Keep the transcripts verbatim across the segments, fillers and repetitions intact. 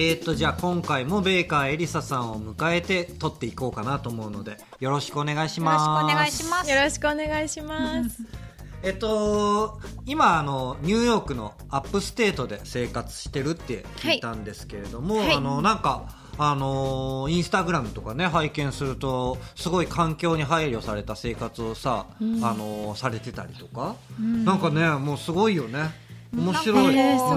えーとじゃあ今回もベーカーエリサさんを迎えて撮っていこうかなと思うのでよろしくお願いします。 よろしくお願いします。 よろしくお願いしますえっと今あのニューヨークのアップステートで生活してるって聞いたんですけれども、 はいはい、 あのなんかあのインスタグラムとかね拝見するとすごい環境に配慮された生活をさ、うん、あのされてたりとか、うん、なんかねもうすごいよね。面白い、 うん、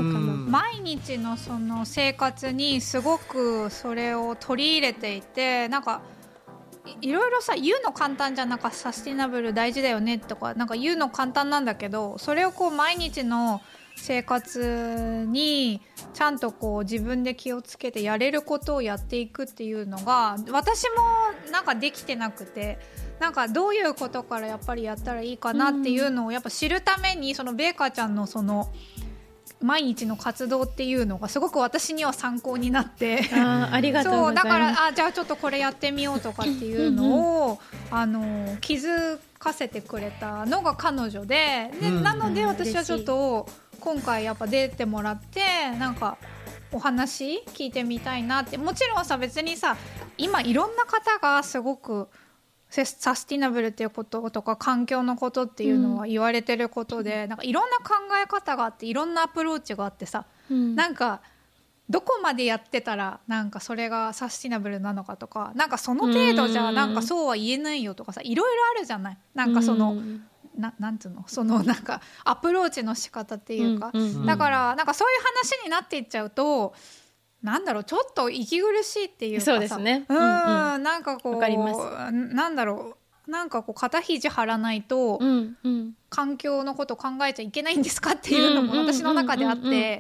毎日のその生活にすごくそれを取り入れていて、なんかいろいろさ言うの簡単じゃん、なんかサスティナブル大事だよねとかなんか言うの簡単なんだけど、それをこう毎日の生活にちゃんとこう自分で気をつけてやれることをやっていくっていうのが私もなんかできてなくて、なんかどういうことからやっぱりやったらいいかなっていうのをやっぱ知るために、そのベーカーちゃんのその毎日の活動っていうのがすごく私には参考になって、 あありがとうございます。 そうだからあじゃあちょっとこれやってみようとかっていうのをあの気づかせてくれたのが彼女 で, で、うん、なので私はちょっと今回やっぱ出てもらってなんかお話聞いてみたいなって。もちろんさ別にさ今いろんな方がすごくサスティナブルっていうこととか環境のことっていうのは言われてることで、うん、なんかいろんな考え方があっていろんなアプローチがあってさ、うん、なんかどこまでやってたらなんかそれがサスティナブルなのかとか、なんかその程度じゃなんかそうは言えないよとかさ、いろいろあるじゃない。なんかその、うん、な, なんていうのそのなんかアプローチの仕方っていうか、うんうん、だからなんかそういう話になっていっちゃうとなんだろうちょっと息苦しいっていうかさ、 そうですね、 うんうん、なんかこうわかります。 なんだろうなんかこう肩肘張らないと、うんうん、環境のこと考えちゃいけないんですかっていうのも私の中であって、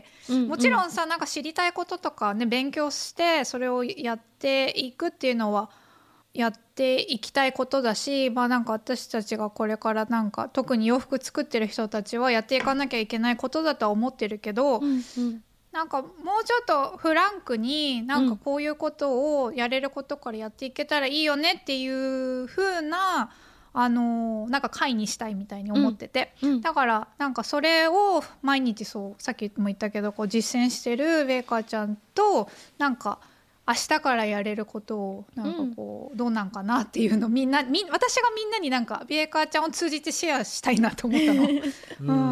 もちろんさなんか知りたいこととかね勉強してそれをやっていくっていうのはやっていきたいことだし、まあなんか私たちがこれからなんか特に洋服作ってる人たちはやっていかなきゃいけないことだとは思ってるけど、うんうんなんかもうちょっとフランクになんかこういうことをやれることからやっていけたらいいよねっていう風なあのなんか会にしたいみたいに思ってて、うんうん、だからなんかそれを毎日そうさっきも言ったけどこう実践してるベーカーちゃんとなんか明日からやれることをなんかこうどうなんかなっていうのをみんなみ私がみんなになんかベーカーちゃんを通じてシェアしたいなと思ったのうん、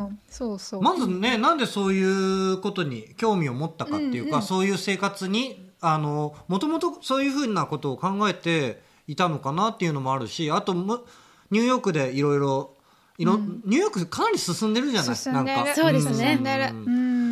うん、そうそう。 まずねなんでそういうことに興味を持ったかっていうか、うんうん、そういう生活にあのもともとそういうふうなことを考えていたのかなっていうのもあるし、あとニューヨークでいろいろニューヨークかなり進んでるじゃない。 進んでるなんかそうですね、 進んでる、うん、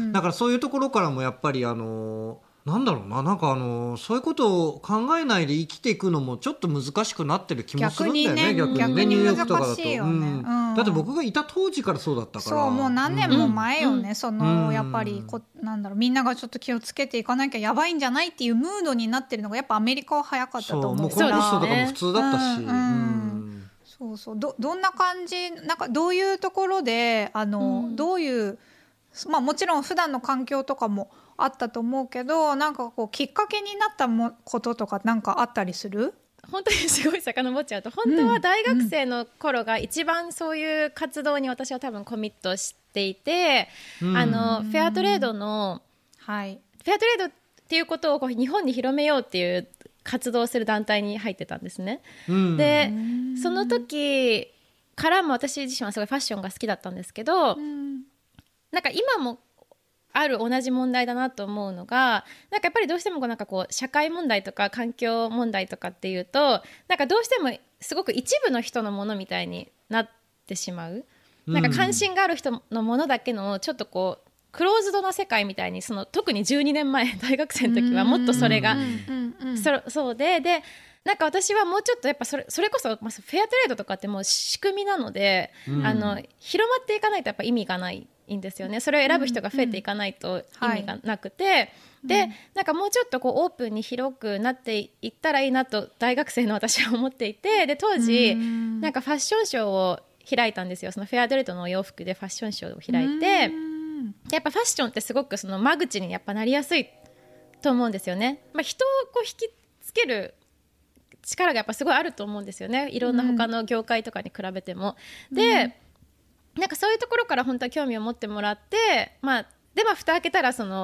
だからそういうところからもやっぱりあのなんだろうな、なんかあのそういうことを考えないで生きていくのもちょっと難しくなってる気もするんだよね。逆にね、逆にね、ニューヨークとかだと、ねうんうん、 だって僕がいた当時からそうだったから。 そうもう何年も前よね、うん、その、 うん、 やっぱりこなんだろうみんながちょっと気をつけていかなきゃやばいんじゃないっていうムードになってるのがやっぱアメリカは早かったと思う。 そうもうコンポストとかも普通だったし、 うんうん、そうそう ど, どんな感じなんかどういうところであの、うん、どういうまあもちろん普段の環境とかもあったと思うけど、なんかこうきっかけになったもこととかなんかあったりする？ 本当にすごい遡っちゃうと本当は大学生の頃が一番そういう活動に私は多分コミットしていて、うん、あのフェアトレードの、はい、フェアトレードっていうことをこう日本に広めようっていう活動をする団体に入ってたんですね、うん、でその時からも私自身はすごいファッションが好きだったんですけど、うん、なんか今もある同じ問題だなと思うのが、なんかやっぱりどうしてもこうなんかこう社会問題とか環境問題とかっていうとなんかどうしてもすごく一部の人のものみたいになってしまう、なんか関心がある人のものだけのちょっとこうクローズドな世界みたいに、その特にじゅうにねんまえ大学生の時はもっとそれがそそうででなんか私はもうちょっとやっぱそれ、それこそ、まあ、フェアトレードとかってもう仕組みなので、うん、あの広まっていかないとやっぱ意味がないんですよね。それを選ぶ人が増えていかないと意味がなくて、うんうんはい、でなんかもうちょっとこうオープンに広くなっていったらいいなと大学生の私は思っていて、で当時、うん、なんかファッションショーを開いたんですよ。そのフェアトレードのお洋服でファッションショーを開いて、うん、でやっぱファッションってすごくその間口にやっぱなりやすいと思うんですよね。まあ、人をこう引きつける力がやっぱすごいあると思うんですよね、いろんな他の業界とかに比べても、うん、でなんかそういうところから本当は興味を持ってもらって、まあ、でまあ蓋開けたらその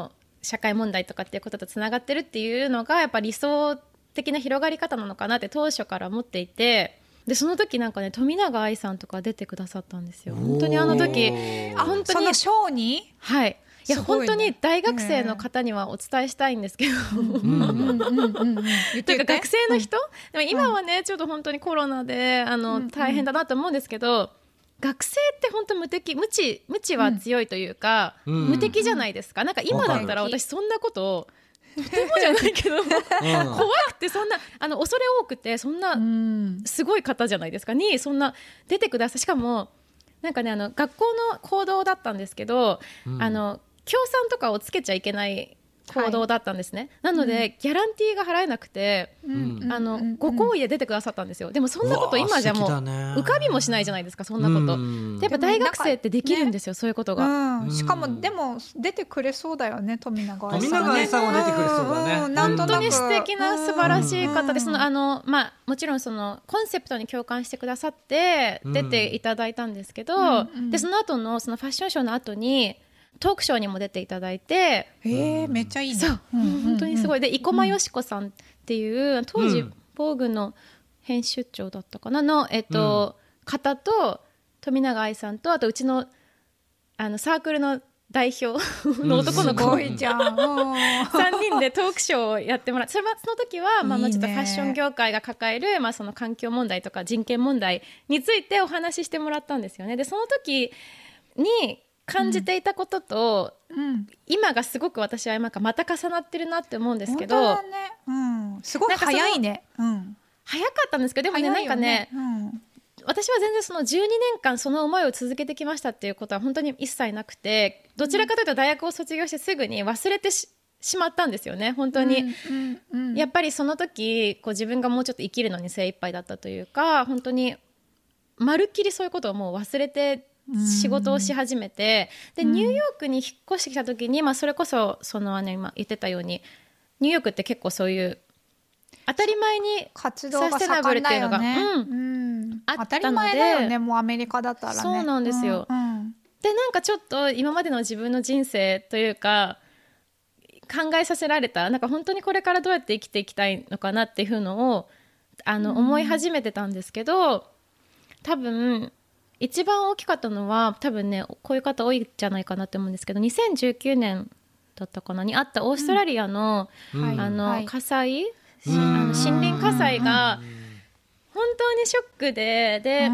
社会問題とかっていうこととつながってるっていうのがやっぱ理想的な広がり方なのかなって当初から思っていて、でその時なんかね富永愛さんとか出てくださったんですよ。本当にあの時あ本当にそのショーに、 はいいや、ね、本当に大学生の方にはお伝えしたいんですけど、というか学生の人、でも今はね、うん、ちょっと本当にコロナであの、うん、大変だなと思うんですけど、学生って本当無敵無知無知は強いというか、うん、無敵じゃないですか。なんか今だったら私そんなことをとてもじゃないけど、うん、怖くてそんなあの恐れ多くてそんなすごい方じゃないですかにそんな出てください。しかもなんかねあの学校の行動だったんですけど、うん、あの協賛とかをつけちゃいけない行動だったんですね、はい、なので、うん、ギャランティーが払えなくて、うん、あの、うん、ご好意で出てくださったんですよ。でもそんなこと今じゃもう浮かびもしないじゃないですか、そんなこと、うん、でやっぱ大学生ってできるんですよ、ね、そういうことが、 うん、しかもでも出てくれそうだよね、富永愛さん、ね、 富永愛さんは出てくれそうだね、うん、 なんとなく本当に素敵な素晴らしい方で、そのあの、まあ、もちろんそのコンセプトに共感してくださって出ていただいたんですけど、うん、でその後のそのファッションショーの後にトークショーにも出ていただいて、 へーめっちゃいいね、 そう、うん、本当にすごいで生駒よしこさんっていう当時、うん、ボーグの編集長だったかなの、えっとうん、方と富永愛さんとあとうちの、あのサークルの代表の男の子、 うん、すごいじゃんさんにんでトークショーをやってもらって、それはその時は、まあ、もうちょっとファッション業界が抱える、まあ、その環境問題とか人権問題についてお話ししてもらったんですよね。でその時に感じていたことと、うん、今がすごく私は今かまた重なってるなって思うんですけど、 本当だね、うん、すごい早いね、うん、 早かったんですけど、でもね、なんかね、うん、私は全然そのじゅうにねんかんその思いを続けてきましたっていうことは本当に一切なくて、どちらかというと大学を卒業してすぐに忘れて し, しまったんですよね本当に、うんうんうん、やっぱりその時こう自分がもうちょっと生きるのに精一杯だったというか、本当にまるっきりそういうことをもう忘れて仕事をし始めて、でニューヨークに引っ越してきた時に、まあ、それこそその、ね、今言ってたようにニューヨークって結構そういう当たり前に活動が盛んだよね、うんうん、当たり前だよね、もうアメリカだったらね。 そうなんですよ、うんうん、でなんかちょっと今までの自分の人生というか考えさせられた、なんか本当にこれからどうやって生きていきたいのかなっていうのをあの思い始めてたんですけど、うん、多分一番大きかったのは多分ねこういう方多いんじゃないかなって思うんですけど、にせんじゅうきゅうねんだったかなにあったオーストラリアの、うん、あの、はい、火災、うん、あの森林火災が本当にショックで、で、うん、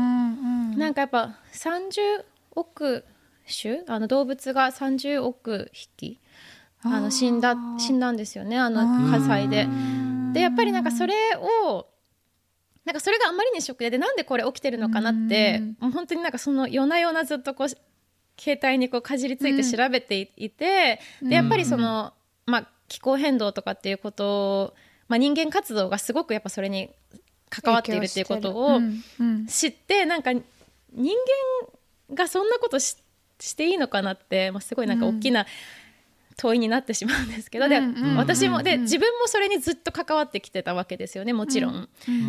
なんかやっぱさんじゅうおく種あの動物がさんじゅうおくひきあの死んだ死んだんですよね、あの火災で。でやっぱりなんかそれをなんかそれがあまりにショックで、でなんでこれ起きてるのかなって、もう本当になんかその夜な夜なずっとこう携帯にこうかじりついて調べていて、でやっぱりその、まあ、気候変動とかっていうことを、まあ、人間活動がすごくやっぱそれに関わっているっていうことを知って、なんか人間がそんなこと し, していいのかなって、まあ、すごいなんか大きな問いになってしまうんですけど、で、うんうん、私もで自分もそれにずっと関わってきてたわけですよね、もちろん、うん、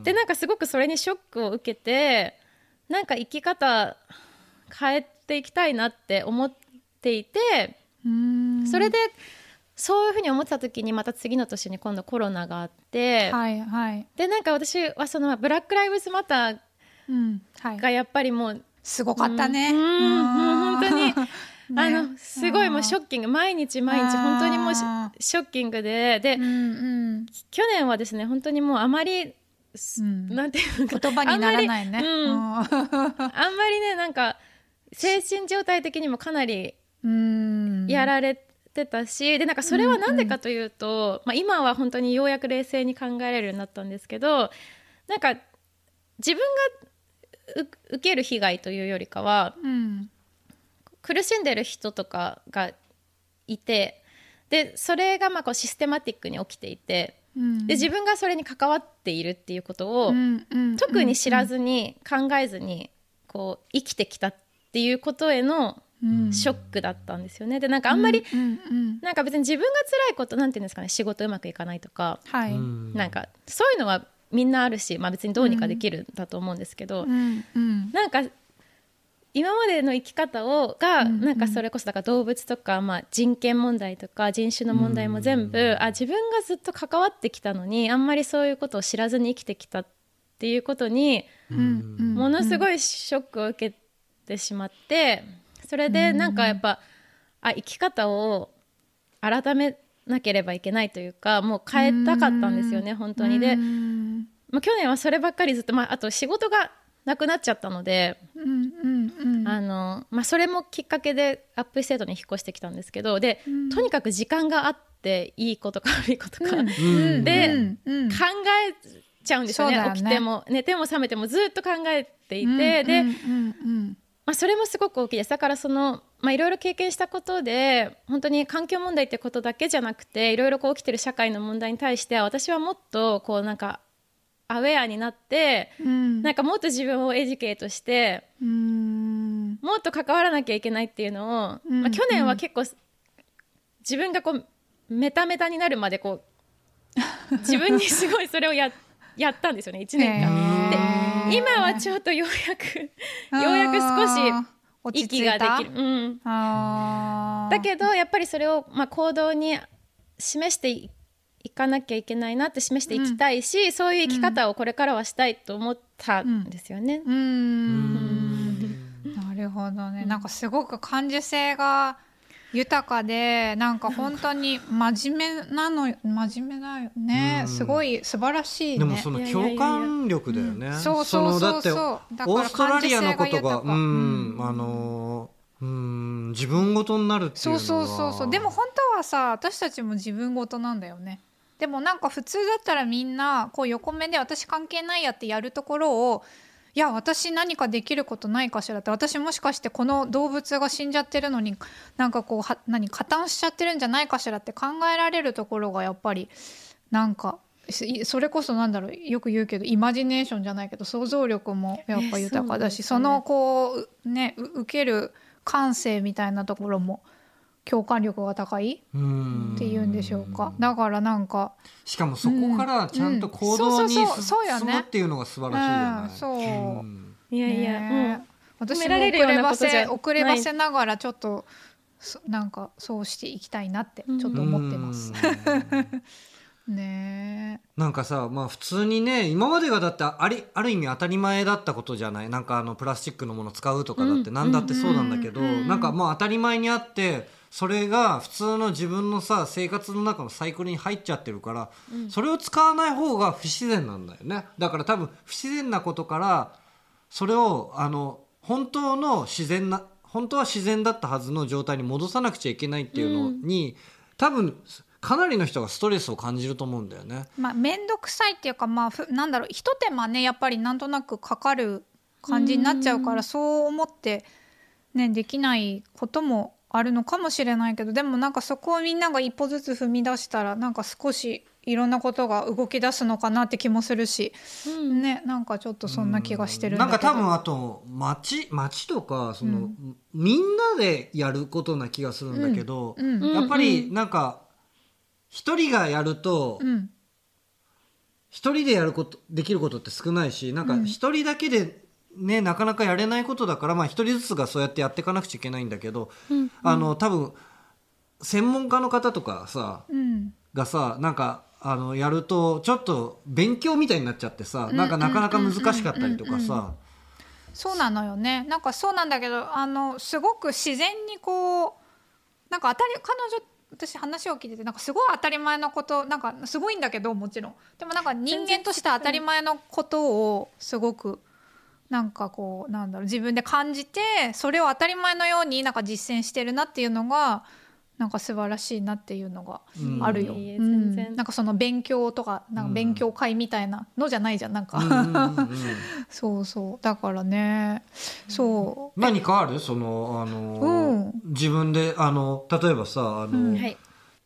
でなんかすごくそれにショックを受けて、なんか生き方変えていきたいなって思っていて、うん、それでそういうふうに思ってた時にまた次の年に今度コロナがあって、 はいはい、 でなんか私はそのブラックライブズマターがやっぱりもう、うん、はい、 すごかったね、 うんうん、本当にね、あのすごいもうショッキング、毎日毎日本当にもうショッキングで、で、うんうん、去年はですね本当にもうあまり、うん、なんていうか言葉にならないね、 あんまり、うん、あんまりねなんか精神状態的にもかなりやられてたし、でなんかそれはなんでかというと、うんうん、まあ、今は本当にようやく冷静に考えられるようになったんですけど、なんか自分が受ける被害というよりかは、うん、苦しんでる人とかがいて、でそれがまあこうシステマティックに起きていて、うん、で自分がそれに関わっているっていうことを、うんうん、特に知らずに考えずにこう生きてきたっていうことへのショックだったんですよね。でなんかあんまり、うんうんうん、なんか別に自分が辛いことなんていうんですかね、仕事うまくいかないとか、はい、なんかそういうのはみんなあるし、まあ、別にどうにかできるんだと思うんですけど、うんうん、なんか今までの生き方をが、うんうん、なんかそれこそだから動物とか、まあ、人権問題とか人種の問題も全部、うん、あ自分がずっと関わってきたのにあんまりそういうことを知らずに生きてきたっていうことに、うん、ものすごいショックを受けてしまってそれでなんかやっぱ、あ生き方を改めなければいけないというかもう変えたかったんですよね本当に。で、まあ、去年はそればっかりずっと、まあ、あと仕事がなくなっちゃったので、うんうんうんあのまあ、それもきっかけでアップステートに引っ越してきたんですけどで、うん、とにかく時間があっていいことか悪いことか、うん、で、うんうん、考えちゃうんですよ ね, ね起きても寝ても覚めてもずっと考えていて、うん、で、うんうんまあ、それもすごく大きいです。だからその、まあ、いろいろ経験したことで本当に環境問題ってことだけじゃなくていろいろこう起きてる社会の問題に対しては私はもっとこうなんかアウェアになって、うん、なんかもっと自分をエデュケートして、うん、もっと関わらなきゃいけないっていうのを、うんまあ、去年は結構、うん、自分がこうメタメタになるまでこう自分にすごいそれを や, やったんですよねいちねんかんで今はちょっとようやくようやく少し息ができる、うん、あだけどやっぱりそれを、まあ、行動に示してい行かなきゃいけないなって示していきたいし、うん、そういう生き方をこれからはしたいと思ったんですよね、うんうんうん、なるほどね。なんかすごく感受性が豊かでなんか本当に真面目なの真面目だよね、うん、すごい素晴らしいね。 でもその共感力だよね。 そうそうそうそうだってオーストラリアのことがうん、あのうん自分ごとになるっていうのはそうそうそうそうでも本当はさ私たちも自分ごとなんだよね。でもなんか普通だったらみんなこう横目で私関係ないやってやるところをいや私何かできることないかしらって私もしかしてこの動物が死んじゃってるのになんかこうは何加担しちゃってるんじゃないかしらって考えられるところがやっぱりなんかそれこそなんだろうよく言うけどイマジネーションじゃないけど想像力もやっぱ豊かだし、えー そ, ね、そのこうね受ける感性みたいなところも共感力が高いっていうんでしょうか。だからなんかしかもそこからちゃんと行動に進むっていうのが素晴らしいよね、うん、そう、うん、 いやいや、ね、 私も遅ればせ遅ればせながらちょっとなんかそうしていきたいなってちょっと思ってます、うん、ねえなんかさ、まあ、普通にね今までがだってありある意味当たり前だったことじゃない。なんかあのプラスチックのもの使うとかだって何だってそうなんだけど、うん、なんかまあ当たり前にあってそれが普通の自分のさ生活の中のサイクルに入っちゃってるから、うん、それを使わない方が不自然なんだよね。だから多分不自然なことからそれをあの本当の自然な本当は自然だったはずの状態に戻さなくちゃいけないっていうのに、うん、多分かなりの人がストレスを感じると思うんだよね。 まあ面倒くさいっていうか、まあ、なんだろう一手間ねやっぱりなんとなくかかる感じになっちゃうから、うん、そう思って、ね、できないこともあるのかもしれないけどでもなんかそこをみんなが一歩ずつ踏み出したらなんか少しいろんなことが動き出すのかなって気もするし、うんね、なんかちょっとそんな気がしてるんだけどなんか多分あと 町, 町とかその、うん、みんなでやることな気がするんだけど、うんうん、やっぱりなんか一人がやると一、うん、人でやることできることって少ないしなんか一人だけでね、なかなかやれないことだから、まあ、一人ずつがそうやってやっていかなくちゃいけないんだけど、うんうん、あの多分専門家の方とかさ、うん、がさなんかあのやるとちょっと勉強みたいになっちゃってさ、なんかなかなか難しかったりとかさ、 そうなのよね。なんかそうなんだけどあのすごく自然にこうなんか当たり彼女私話を聞いててなんかすごい当たり前のことなんかすごいんだけどもちろんでもなんか人間として当たり前のことをすごくなんかこうなんだろう自分で感じてそれを当たり前のようになんか実践してるなっていうのがなんか素晴らしいなっていうのがあるよ、うんうん、なんかその勉強とかなんか勉強会みたいなのじゃないじゃんなんか、うんうんうん、そうそうだからねそう何かあるそのあの、うん、自分であの例えばさあの、うんはい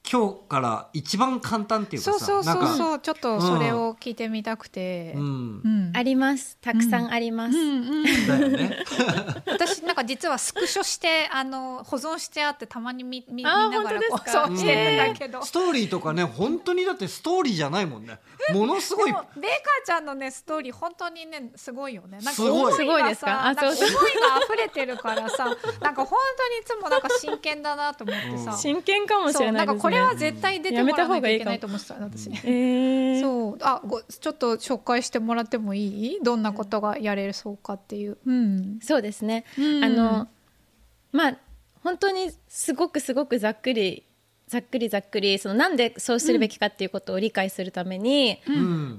今日から一番簡単っていうかさ、 そうそうそうそう、 なんかちょっとそれを聞いてみたくて、 うんうん、 あります、たくさんあります、うんうんうん、 だよね私なんか実はスクショしてあの保存してあってたまに 見, 見, 見ながらこうそうしてるんだけど、 ストーリーとかね本当にだってストーリーじゃないもんね、ものすごいでもベーカーちゃんのねストーリー本当にねすごいよね、なんかすごいすごいですか、 なんか思いが溢れてるからさなんか本当にいつもなんか真剣だなと思ってさ、 うん、真剣かもしれないですね、 なんかこれは絶対出てもらわなきゃいけないと思ってた私、えー、そうあごちょっと紹介してもらってもいい？どんなことがやれるそうかっていう、うん、 そうですね、 うん、 あのまあ本当にすごくすごくざっくりざっくりざっくりそのなんでそうするべきかっていうことを理解するために、 うん、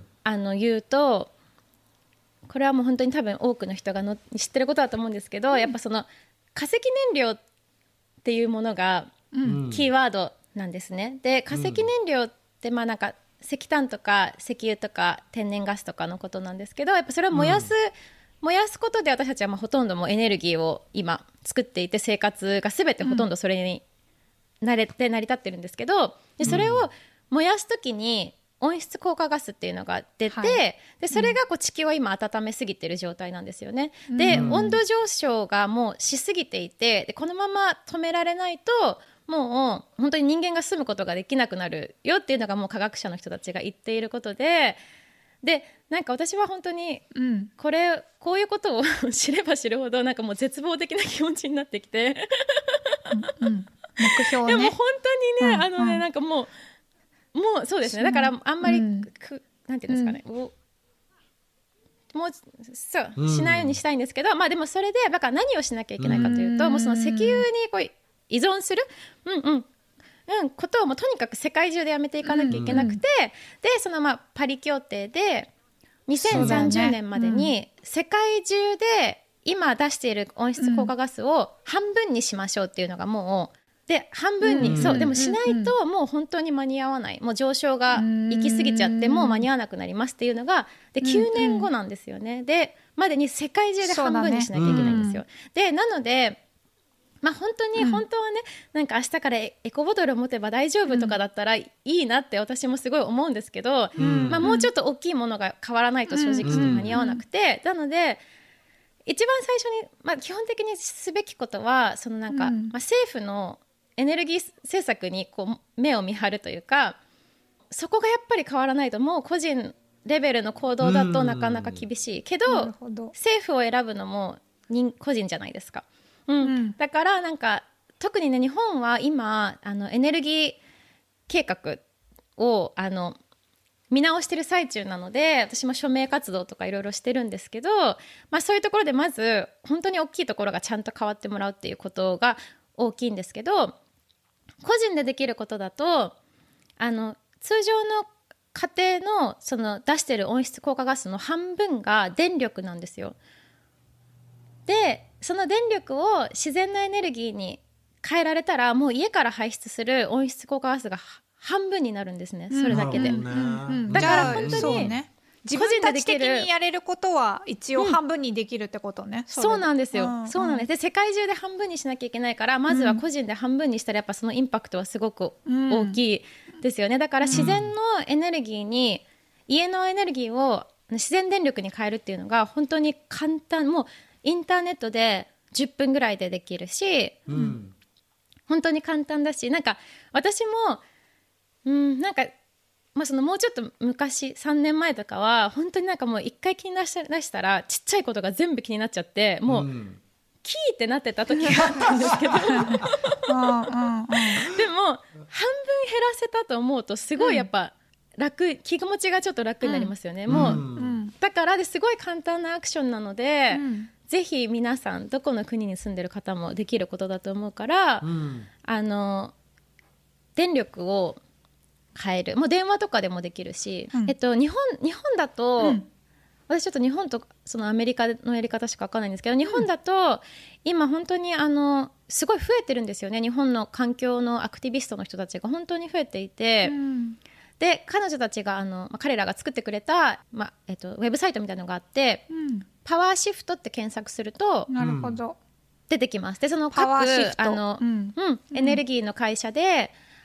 あの言うと、これはもう本当に多分多くの人がの知ってることだと思うんですけど、うん、やっぱその化石燃料っていうものがキーワードなんですね。で化石燃料ってまあなんか石炭とか石油とか天然ガスとかのことなんですけど、やっぱそれを燃やす、うん、燃やすことで私たちはまあほとんどもうエネルギーを今作っていて、生活が全てほとんどそれに慣れて成り立ってるんですけど、でそれを燃やすときに温室効果ガスっていうのが出て、はい、でそれがこう地球を今温めすぎてる状態なんですよね、うん、で温度上昇がもうしすぎていて、でこのまま止められないともう本当に人間が住むことができなくなるよっていうのがもう科学者の人たちが言っていることで、でなんか私は本当にこれ、うん、こういうことを知れば知るほどなんかもう絶望的な気持ちになってきてうん、うん、目標ね。 でも本当にね、うん、あのね、なんかもうもうそうですね、だからあんまり、うん、くなんていうんですかね、うん、もうそうしないようにしたいんですけど、まあでもそれでだから何をしなきゃいけないかというと、うもうその石油にこう依存する、うんうんうん、ことをもうとにかく世界中でやめていかなきゃいけなくて、うん、でそのまあパリ協定でにせんさんじゅうねんまでに世界中で今出している温室効果ガスを半分にしましょうっていうのがもうで半分に、うん、そうでもしないともう本当に間に合わない、もう上昇が行き過ぎちゃってもう間に合わなくなりますっていうのができゅうねんごなんですよね。でまでに世界中で半分にしなきゃいけないんですよ、ね、でなのでまあ、本当に、うん、本当はねなんか明日からエコボトルを持てば大丈夫とかだったらいいなって私もすごい思うんですけど、うんまあ、もうちょっと大きいものが変わらないと正直間に合わなくて、うん、なので一番最初に、まあ、基本的にすべきことはそのなんか、うんまあ、政府のエネルギー政策にこう目を見張るというか、そこがやっぱり変わらないともう個人レベルの行動だとなかなか厳しいけど、うん、政府を選ぶのも人個人じゃないですか。うんうん、だからなんか特にね日本は今あのエネルギー計画をあの見直してる最中なので、私も署名活動とかいろいろしてるんですけど、まあ、そういうところでまず本当に大きいところがちゃんと変わってもらうっていうことが大きいんですけど、個人でできることだとあの通常の家庭のその出してる温室効果ガスの半分が電力なんですよ。でその電力を自然なエネルギーに変えられたらもう家から排出する温室効果ガスが半分になるんですね、それだけで、うんうんうん、だから本当に自分たち的にやれることは一応半分にできるってことね、うん、 そ, そうなんですよ、うんうん、そうなんです。で世界中で半分にしなきゃいけないからまずは個人で半分にしたらやっぱそのインパクトはすごく大きいですよね。だから自然のエネルギーに家のエネルギーを自然電力に変えるっていうのが本当に簡単、もうインターネットでじゅっぷんぐらいでできるし、うん、本当に簡単だし、なんか私も、うん、なんか、まあ、そのもうちょっと昔さんねんまえとかは本当になんかもう一回気に出し、出したらちっちゃいことが全部気になっちゃってもう、うん、キーってなってた時があったんですけどでも半分減らせたと思うとすごいやっぱ楽、うん、気持ちがちょっと楽になりますよね、うん、もう、うん、だからですごい簡単なアクションなので、うんぜひ皆さんどこの国に住んでる方もできることだと思うから、うん、あの電力を変える、もう電話とかでもできるし、うんえっと、日本、日本だと、うん、私ちょっと日本とそのアメリカのやり方しか分かんないんですけど、日本だと今本当にあのすごい増えてるんですよね。日本の環境のアクティビストの人たちが本当に増えていて、うんで彼女たちがあの、まあ、彼らが作ってくれた、まあえっと、ウェブサイトみたいなのがあって、うんパワーシフトって検索するとなるほど出てきます。でその各あの、うんうん、エネルギーの会社で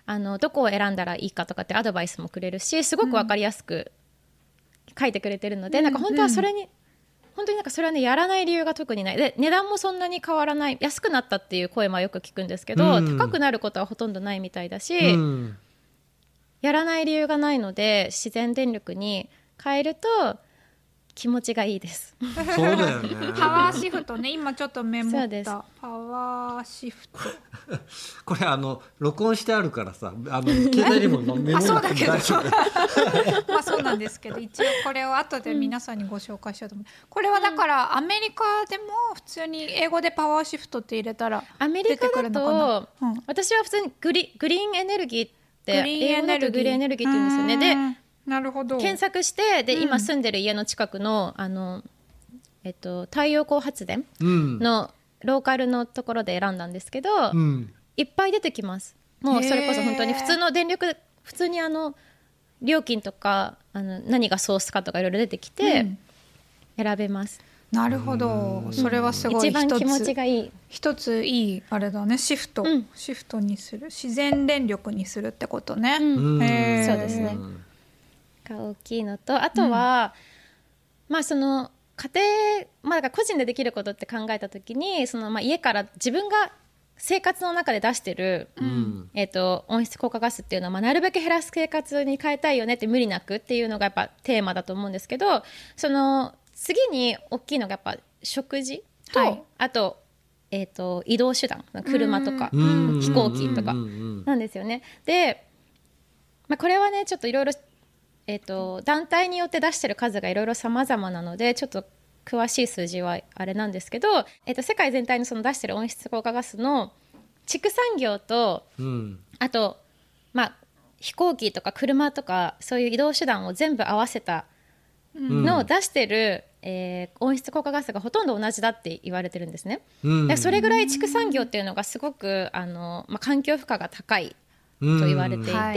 あのどこを選んだらいいかとかってアドバイスもくれるし、すごく分かりやすく書いてくれてるので、うん、なんか本当はそれに、うん、本当になんかそれはねやらない理由が特にないで、値段もそんなに変わらない、安くなったっていう声もよく聞くんですけど、うん、高くなることはほとんどないみたいだし、うん、やらない理由がないので自然電力に変えると気持ちがいいです。 そうだよね。 パワーシフトね、今ちょっとメモった。パワーシフト。 これあの録音してあるからさ、あの携帯にもメモなくて大丈夫。 まあそうなんですけど、一応これを後で皆さんにご紹介しようと思う。これはだからアメリカでも普通に英語でパワーシフトって入れたら出てくるのかな。アメリカだと、 うん、私は普通にグリ、グリーンエネルギーって英語だとグリーンエネルギーって言うんですよね。でなるほど、 検索してで、うん、今住んでる家の近くの、あの、えっと、太陽光発電のローカルのところで選んだんですけど、うん、いっぱい出てきます。もうそれこそ本当に普通の電力、普通にあの料金とかあの何がソースかとかいろいろ出てきて選べます、 うん、なるほど、それはすごい一番気持ちがいい、 一ついいあれだね、シフト、うん、シフトにする、自然電力にするってことね、 うん、へそうですねが大きいのと、あとは、うん、まあその家庭、まあ、だから個人でできることって考えた時にその、まあ、家から自分が生活の中で出してる、うんえー、と温室効果ガスっていうのは、まあ、なるべく減らす生活に変えたいよねって無理なくっていうのがやっぱテーマだと思うんですけど、その次に大きいのがやっぱ食事と、はい、あと、えー、と移動手段、車とか飛行機とかなんですよね。で、まあ、これはねちょっといろいろえー、と団体によって出してる数がいろいろ様々なのでちょっと詳しい数字はあれなんですけど、えー、と世界全体のその出してる温室効果ガスの畜産業と、うん、あと、まあ、飛行機とか車とかそういう移動手段を全部合わせたのを出してる、うんえー、温室効果ガスがほとんど同じだって言われてるんですね、うん、でそれぐらい畜産業っていうのがすごくあの、まあ、環境負荷が高いと言われていて、うんはい、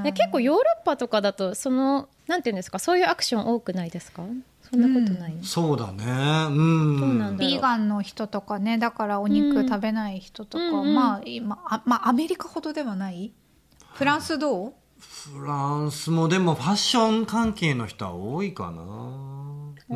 で結構ヨーロッパとかだとそのなんていうんですか、そういうアクション多くないですか？そんなことない、 うん、そうだね、うん、 どうなんだろう、ビーガンの人とかね、だからお肉食べない人とか、うん、まあ今あ、まあ、アメリカほどではない。フランスどう？ フランスもでもファッション関係の人は多いかな。うん、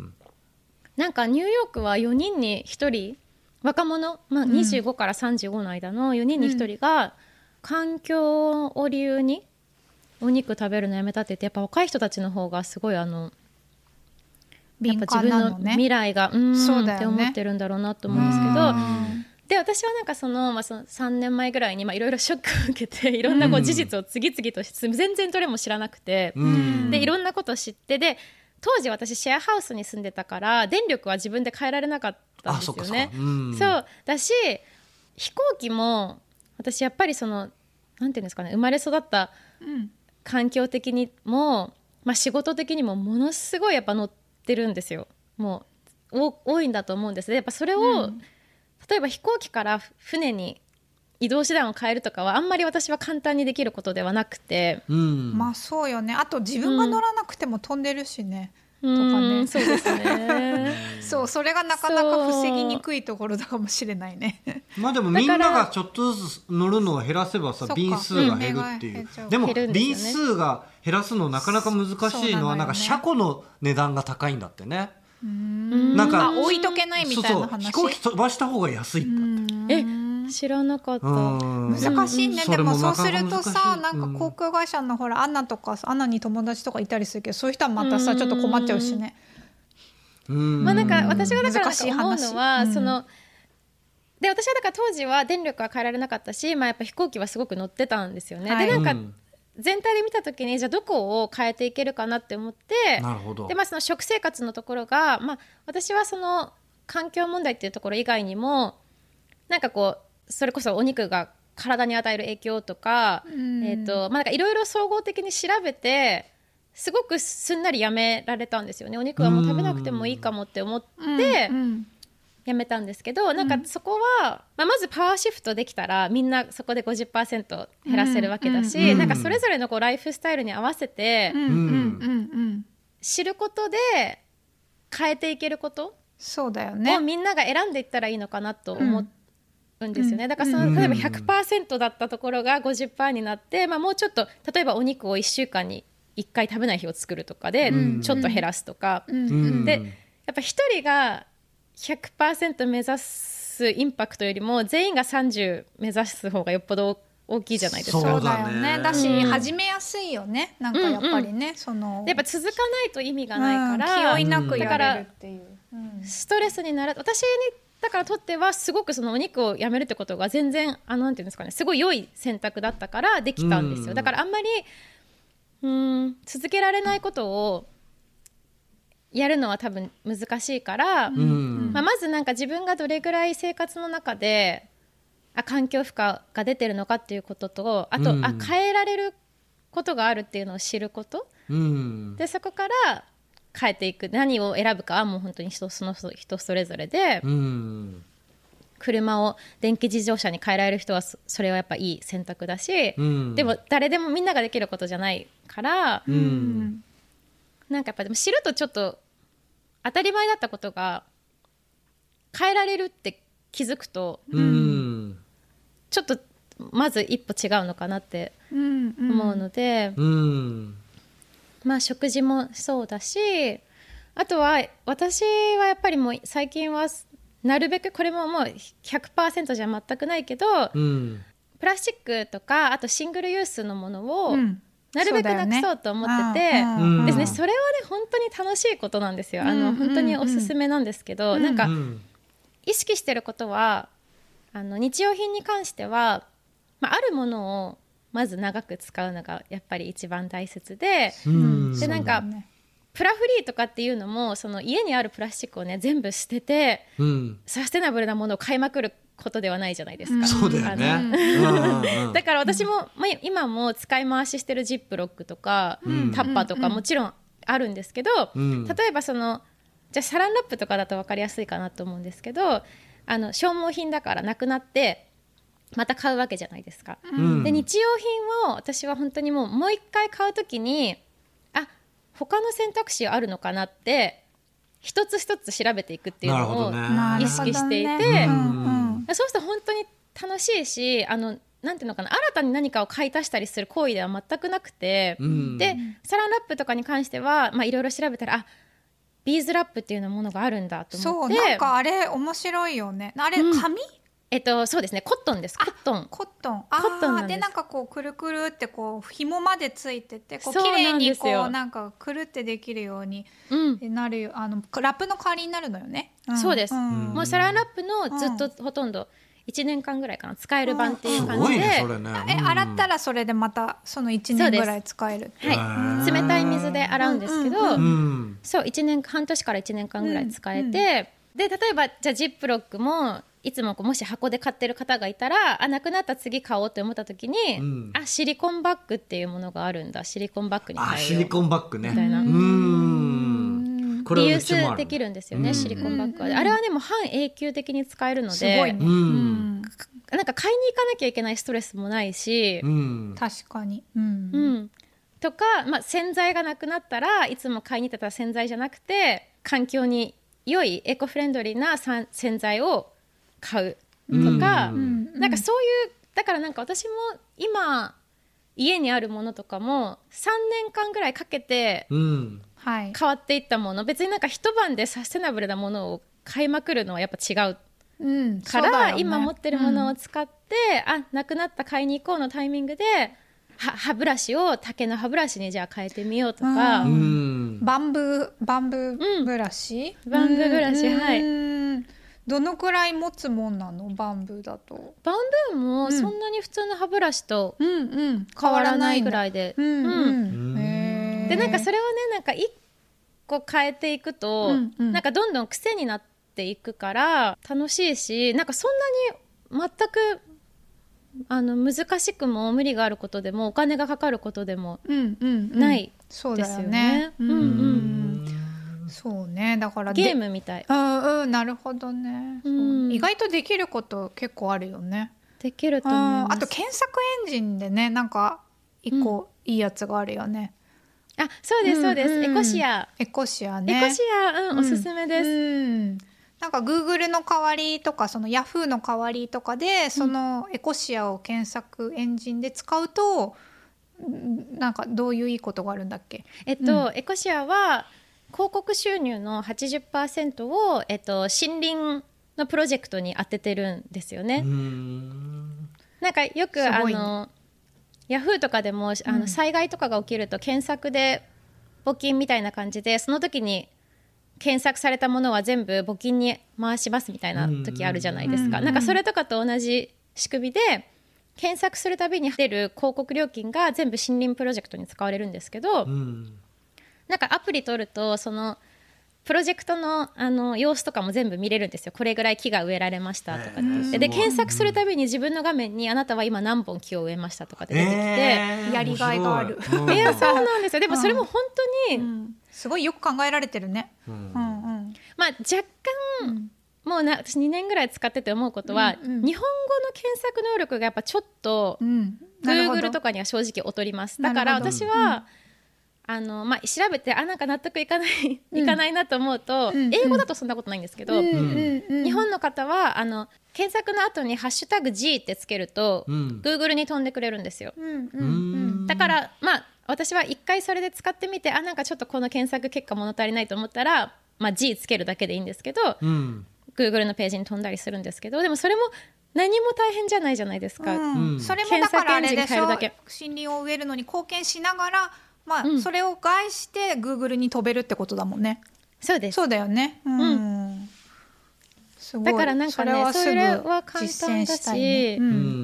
なんかニューヨークはよにんにひとり若者、まあ、にじゅうごからさんじゅうごの間のよにんにひとりが環境を理由にお肉食べるのやめたって言って、やっぱ若い人たちの方がすごいあのやっぱ自分の未来がうーんそうだよねって思ってるんだろうなと思うんですけど、で私はなんかその、まあ、そのさんねんまえぐらいにいろいろショックを受けていろんなこう事実を次々とし全然どれも知らなくて、でいろんなことを知って、で当時私シェアハウスに住んでたから電力は自分で変えられなかったんですよね。そう、うん、そうだし飛行機も私やっぱりそのなんていうんですかね、生まれ育った環境的にも、まあ、仕事的にもものすごいやっぱ乗ってるんですよ。もう多いんだと思うんです。でやっぱそれを、うん、例えば飛行機から船に移動手段を変えるとかはあんまり私は簡単にできることではなくて、 うん、まあそうよね。あと自分が乗らなくても飛んでるしね、うん、とかね、 そうですねそうそれがなかなか防ぎにくいところだかもしれないねまあでもみんながちょっとずつ乗るのを減らせばさ便数が減るっていう、うん、でも便数が減らすのなかなか難しいのはなんか車庫の値段が高いんだってね。 うーんなんか置いとけないみたいな話。 そうそう飛行機飛ばした方が安いんだって。 え知らなかった。 難しいね。でもそうするとさ、なんか航空会社のほらアナとかアナに友達とかいたりするけど、そういう人はまたさちょっと困っちゃうしね。 うんまあなんか私がだからなんか思うのは、そので私はだから当時は電力は変えられなかったし、まあやっぱ飛行機はすごく乗ってたんですよね。はい、でなんか全体で見た時にじゃあどこを変えていけるかなって思って、 なるほど。 でまあその食生活のところが、まあ私はその環境問題っていうところ以外にもなんかこうそれこそお肉が体に与える影響とか、うんえーとまあ、いろいろ総合的に調べてすごくすんなりやめられたんですよね。お肉はもう食べなくてもいいかもって思ってやめたんですけど、なんかそこは、まあ、まずパワーシフトできたらみんなそこで ごじゅっパーセント 減らせるわけだし、うんうん、なんかそれぞれのこうライフスタイルに合わせて知ることで変えていけることそうだよねをみんなが選んでいったらいいのかなと思ってんですよね。だからその例えば ひゃくパーセント だったところが ごじゅっパーセント になって、まあ、もうちょっと例えばお肉をいっしゅうかんにいっかい食べない日を作るとかでちょっと減らすとか、うんうん、でやっぱひとりが ひゃくパーセント 目指すインパクトよりも全員がさんじゅう目指す方がよっぽど大きいじゃないですか。 そうだよね。だし、うん、始めやすいよね。なんかやっぱりね、うんうん、そのやっぱ続かないと意味がないから、 うん、気負いなくやれるっていう、 うん、ストレスになる。私にだからとってはすごくそのお肉をやめるってことが全然あのなんていうんですかね、すごい良い選択だったからできたんですよ、うん、だからあんまりうーん続けられないことをやるのは多分難しいから、うんまあ、まずなんか自分がどれぐらい生活の中であ環境負荷が出てるのかっていうこととあと、うん、あ変えられることがあるっていうのを知ること、うん、でそこから変えていく。何を選ぶかはもう本当に人その人それぞれで、うん、車を電気自動車に変えられる人はそれはやっぱいい選択だし、うん、でも誰でもみんなができることじゃないから、うん、なんかやっぱでも知るとちょっと当たり前だったことが変えられるって気づくと、うん、ちょっとまず一歩違うのかなって思うので、うんうんまあ、食事もそうだしあとは私はやっぱりもう最近はなるべくこれももう ひゃくパーセント じゃ全くないけど、うん、プラスチックとかあとシングルユースのものをなるべくなくそうと思ってて、うん、ですね、それはね本当に楽しいことなんですよ、うん、あの本当におすすめなんですけど、うん、なんか意識してることはあの日用品に関しては、まあ、あるものをまず長く使うのがやっぱり一番大切で、うん、でなんか、ね、プラフリーとかっていうのもその家にあるプラスチックをね全部捨てて、うん、サステナブルなものを買いまくることではないじゃないですか、うん、 そうだよねだから私も、まあ、今も使い回ししてるジップロックとか、うん、タッパーとかもちろんあるんですけど、うん、例えばそのじゃあサランラップとかだと分かりやすいかなと思うんですけどあの消耗品だからなくなってまた買うわけじゃないですか、うん、で日用品を私は本当にもうもう一回買うときにあ他の選択肢あるのかなって一つ一つ調べていくっていうのを意識していて、ねうんうん、そうすると本当に楽しいしあのなんていうのかな新たに何かを買い足したりする行為では全くなくて、うん、でサランラップとかに関してはいろいろ調べたらあビーズラップっていうのものがあるんだと思って。 そうなんかあれ面白いよね。あれ紙、うんえっと、そうですねコットンですコットンコットンあコットンなんです。でなんかこうくるくるってこう紐までついててこう綺麗にこうなんかくるってできるようになる、うん、あのラップの代わりになるのよね、 うん、そうです、うん、もうサランラップのずっとほとんどいちねんかんぐらいかな使える版っていう感じで、うんねそれねうん、 え洗ったらそれでまたそのいちねんぐらい使えるはい、冷たい水で洗うんですけど、うんうん、そういちねん半年からいちねんかんぐらい使えて、うんうん、で例えばじゃあジップロックもいつもこうもし箱で買ってる方がいたらあなくなった次買おうと思った時に、うん、あシリコンバッグっていうものがあるんだシリコンバッグに変えようあシリコンバッグねみたいなうーんこれリユースできるんですよねシリコンバッグはあれはねもう半永久的に使えるのですごいねうんなんか買いに行かなきゃいけないストレスもないし、 うん、確かに、うんうん、とか、まあ、洗剤がなくなったらいつも買いに行ってた洗剤じゃなくて環境に良いエコフレンドリーな洗剤を買うとか、うん、なんかそういうだからなんか私も今家にあるものとかもさんねんかんぐらいかけて変わっていったもの、別になんか一晩でサステナブルなものを買いまくるのはやっぱ違ううん、から、ね、今持ってるものを使って、うん、あなくなった買いに行こうのタイミングで歯ブラシを竹の歯ブラシにじゃあ変えてみようとか、うん、 バンブーバンブーブラシ、 うん、バンブーブラシ、うん、はいどのくらい持つもんなのバンブーだと。 バンブーもそんなに普通の歯ブラシと変わらないぐらいで、うんうん、へーでなんかそれをねなんかいっこ変えていくと、うんうん、なんかどんどん癖になってていくから楽しいしなんかそんなに全くあの難しくも無理があることでもお金がかかることでもないですよね。そうだよね。うんうん、 そうねだからゲームみたい。 うんうんなるほどね、うん、意外とできること結構あるよね。 できると思います。 あと検索エンジンでねなんか一個いいやつがあるよね。 うん、あそうですそうです、うんうん、エコシアエコシアねエコシア、うん、おすすめです、 うんうんなんか Google の代わりとかその Yahoo の代わりとかでそのエコシアを検索エンジンで使うと、うん、なんかどういういいことがあるんだっけ？ えっと、うん、エコシアは広告収入の はちじゅっパーセント を、えっと、森林のプロジェクトに当ててるんですよね。うーん、なんかよく、ね、あのヤフーとかでもあの災害とかが起きると検索で募金みたいな感じでその時に検索されたものは全部募金に回しますみたいな時あるじゃないですか。なんかそれとかと同じ仕組みで検索するたびに出る広告料金が全部森林プロジェクトに使われるんですけど、なんかアプリ取るとそのプロジェクト の, あの様子とかも全部見れるんですよ。これぐらい木が植えられましたとかって言って、で検索するたびに自分の画面にあなたは今何本木を植えましたとかって出てきて、 えー、やりがいがある。 いやそうなんですよ。でもそれも本当に、うん、 すごいよく考えられてるね、うんうんうん、 まあ、若干、うん、もうな私にねんぐらい使ってて思うことは、うんうん、日本語の検索能力がやっぱちょっと、うん、Google とかには正直劣ります。だから私はあのまあ、調べてあなんか納得いかない、うん、いかないなと思うと、うん、英語だとそんなことないんですけど、うん、日本の方はあの検索の後にハッシュタグ G ってつけると、うん、Google に飛んでくれるんですよ、うんうん、だからまあ私は一回それで使ってみてあなんかちょっとこの検索結果物足りないと思ったら、まあ、G つけるだけでいいんですけど、うん、Google のページに飛んだりするんですけど、でもそれも何も大変じゃないじゃないですか、 うん、それもだからあれでしょ、森林を植えるのに貢献しながらまあうん、それを害して Google に飛べるってことだもんね。 そうです。 そうだよね、うんうん、すごい。 だからなんかねそれは簡単だし、ね、うん、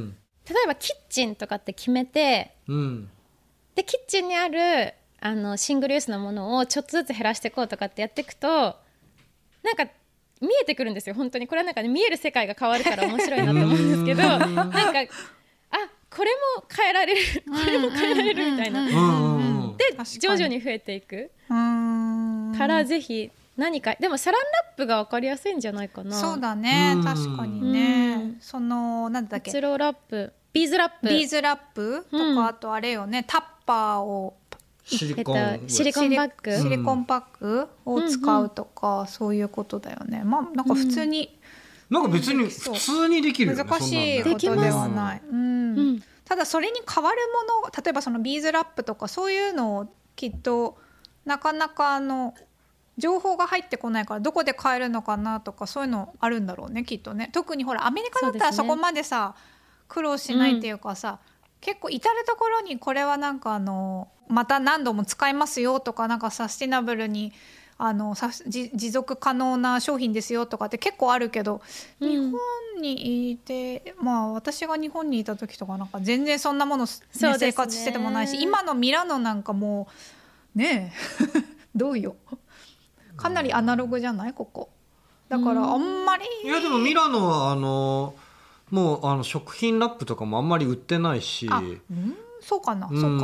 例えばキッチンとかって決めて、うん、でキッチンにあるあのシングルユースのものをちょっとずつ減らしていこうとかってやっていくとなんか見えてくるんですよ。本当にこれはなんか、ね、見える世界が変わるから面白いなと思うんですけどなんかあこれも変えられるこれも変えられるみたいな、で徐々に増えていくからぜひ何かでもサランラップが分かりやすいんじゃないかな。 そうだね、確かにね。そのなんだっけ、 スローラップ、ビーズラップビーズラップとか、うん、あとあれよね、タッパーをシリコン、えっと、 シリコンバッグシリコンパックを使うとか、うんうん、そういうことだよね。まあなんか普通に、 うん、なんか別に普通にできるよね。 難しいことではない、うんうん、ただそれに代わるもの、例えばそのビーズラップとかそういうのをきっとなかなかあの情報が入ってこないからどこで買えるのかなとかそういうのあるんだろうねきっとね。特にほらアメリカだったらそこまでさ、ね、苦労しないっていうかさ、うん、結構至る所にこれはなんかあのまた何度も使えますよとか、なんかサスティナブルにあのさ持続可能な商品ですよとかって結構あるけど、うん、日本にいて、まあ私が日本にいた時とかなんか全然そんなもの、ねね、生活しててもないし、今のミラノなんかもうねえどうよ、かなりアナログじゃないここだからあんまり、 いやでもミラノはあのもうあの食品ラップとかもあんまり売ってないし、あ、うん、 そうかな、うん、そうか、うん、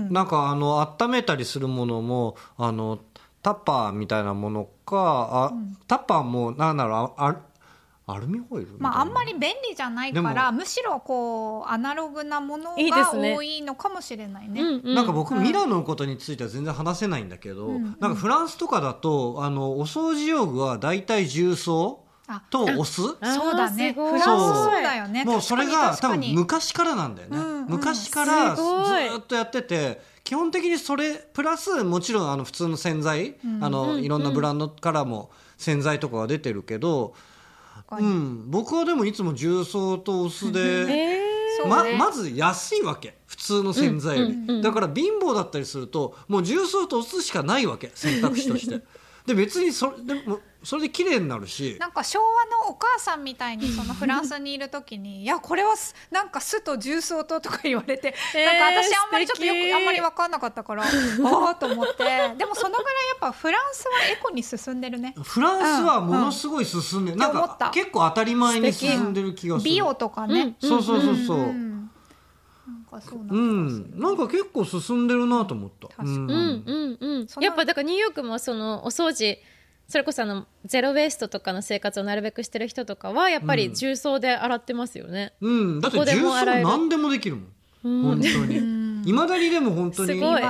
なんかあの温めたりするものもあのタッパーみたいなものか、あ、うん、タッパーもなんだろう、あアルミホイルみたいな、 まあ、あんまり便利じゃないからむしろこうアナログなものが多いのかもしれないね。いいですね。 なんか僕、うん、ミラノのことについては全然話せないんだけど、うん、なんかフランスとかだとあのお掃除用具はだいたい重曹とお酢、 そうだね、フランスそうだよね。 もうそれが多分昔からなんだよね、うんうん、昔からずっとやってて、基本的にそれプラスもちろんあの普通の洗剤、うん、あのいろんなブランドからも洗剤とかが出てるけど、うん、僕はでもいつも重曹とお酢で、えーま、まず安いわけ、普通の洗剤より、うんうんうん、だから貧乏だったりするともう重曹とお酢しかないわけ、選択肢としてで別にそれでもそれで綺麗になるし、 なんか昭和のお母さんみたいにそのフランスにいる時にいやこれはなんか酢と重曹ととか言われて、えー、なんか私あんまりちょっとよくあんまり分かんなかったからああと思って、でもそのぐらいやっぱフランスはエコに進んでるね。 フランスはものすごい進んでる、うんうん、なんか結構当たり前に進んでる気がする。 美容とかね、 うん、そうそうそうそう、うんうんなんかそうなんか、うん、なんか結構進んでるなと思った。 確かに、うんうんうん、やっぱだからニューヨークもそのお掃除それこそあのゼロウェイストとかの生活をなるべくしてる人とかはやっぱり重曹で洗ってますよね、 うん、だって重曹何でもできるもん、うん、本当にいまだにでも本当にすごい、 うん、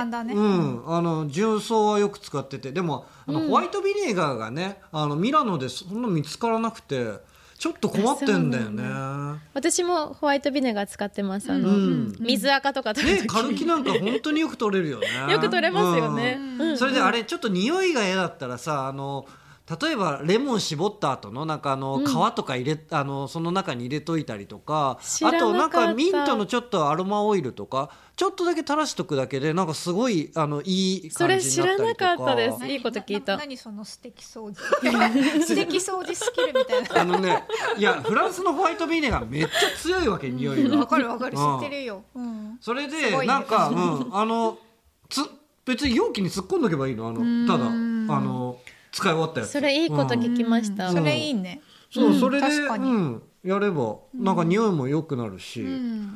あの重曹はよく使ってて、でもあの、うん、ホワイトビネガーがねあのミラノでそんな見つからなくてちょっと困ってんだよね。 私もホワイトビネガー使ってます。あの、うん、水赤とか取る時、 ね、カルキなんか本当によく取れるよねよく取れますよね、 うんうん、それであれちょっと匂いが嫌だったらさ、あの例えばレモン絞った後のなんかあの皮とか入れ、うん、あのその中に入れといたりとか、あとなんかミントのちょっとアロマオイルとかちょっとだけ垂らしとくだけでなんかすごいあのいい感じになったりとか。 それ知らなかったです。いいこと聞いた。 な何その素敵掃除素敵掃除スキルみたいな。 あのね、いやフランスのホワイトビネガーめっちゃ強いわけ、匂いが。 わかるわかる、知ってるよ、うん、 それでなんか、うん、あのつ別に容器に突っ込んどけばいいの、あのただあの使い終わったやつ。 それいいこと聞きました、 うん、それいいね。 そう、うん、それで、うん、やればなんか匂いも良くなるし、うん、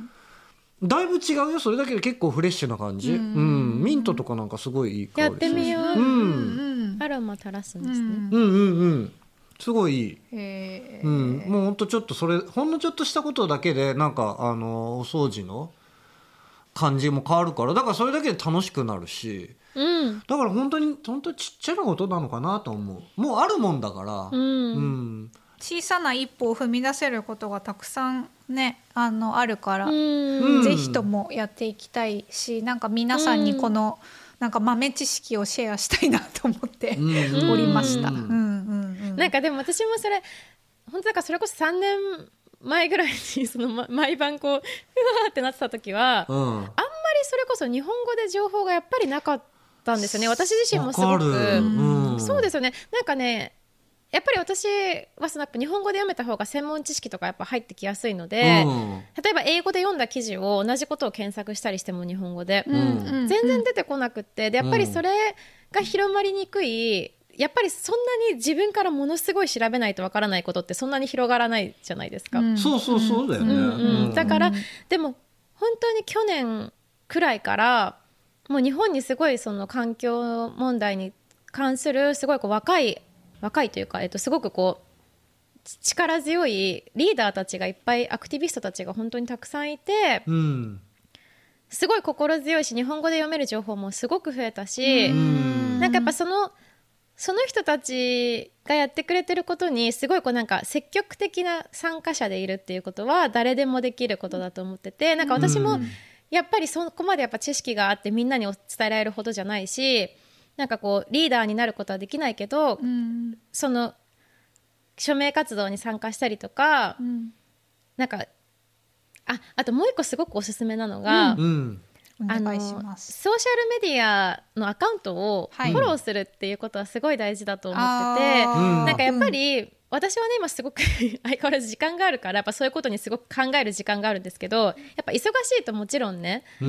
だいぶ違うよ。それだけで結構フレッシュな感じ、うんうん、ミントとかなんかすごいいい香り。 やってみよう、うん、アロマ垂らすんですね、 うんうんうん、すごいいい、へー、うん、もうほんとちょっとそれほんのちょっとしたことだけでなんかあのお掃除の感じも変わるから、だからそれだけで楽しくなるし、うん、だから本当に本当にちっちゃなことなのかなと思う。もうあるもんだから、うんうん、 小さな一歩を踏み出せることがたくさんね あのあるから、うん、ぜひともやっていきたいし、なんか皆さんにこの、うん、なんか豆知識をシェアしたいなと思っておりました。 なんかでも私もそれ本当だからそれこそさんねんまえぐらいにその毎晩こううわーってなってた時は、うん、あんまりそれこそ日本語で情報がやっぱりなかったんですよね。私自身もすごく、うん、そうですよね。なんかねやっぱり私はその日本語で読めた方が専門知識とかやっぱ入ってきやすいので、うん、例えば英語で読んだ記事を同じことを検索したりしても日本語で、うん、全然出てこなくって、でやっぱりそれが広まりにくい、やっぱりそんなに自分からものすごい調べないとわからないことってそんなに広がらないじゃないですか、うん、 そうそうそうだよね、うんうん、だからでも本当に去年くらいからもう日本にすごいその環境問題に関するすごいこう若い若いというか、えっと、すごくこう力強いリーダーたちがいっぱい、アクティビストたちが本当にたくさんいて、うん、すごい心強いし日本語で読める情報もすごく増えたし、うん、なんかやっぱそのその人たちがやってくれてることにすごいこうなんか積極的な参加者でいるっていうことは誰でもできることだと思ってて、なんか私もやっぱりそこまでやっぱ知識があってみんなに伝えられるほどじゃないし、なんかこうリーダーになることはできないけど、うん、その署名活動に参加したりとか、うん、なんか あ, あともう一個すごくおすすめなのが、うんうん、あのお願いします。ソーシャルメディアのアカウントをフォローするっていうことはすごい大事だと思ってて、はい、なんかやっぱり、うん、私はね今すごく相変わらず時間があるからやっぱそういうことにすごく考える時間があるんですけど、やっぱ忙しいともちろんね、うん、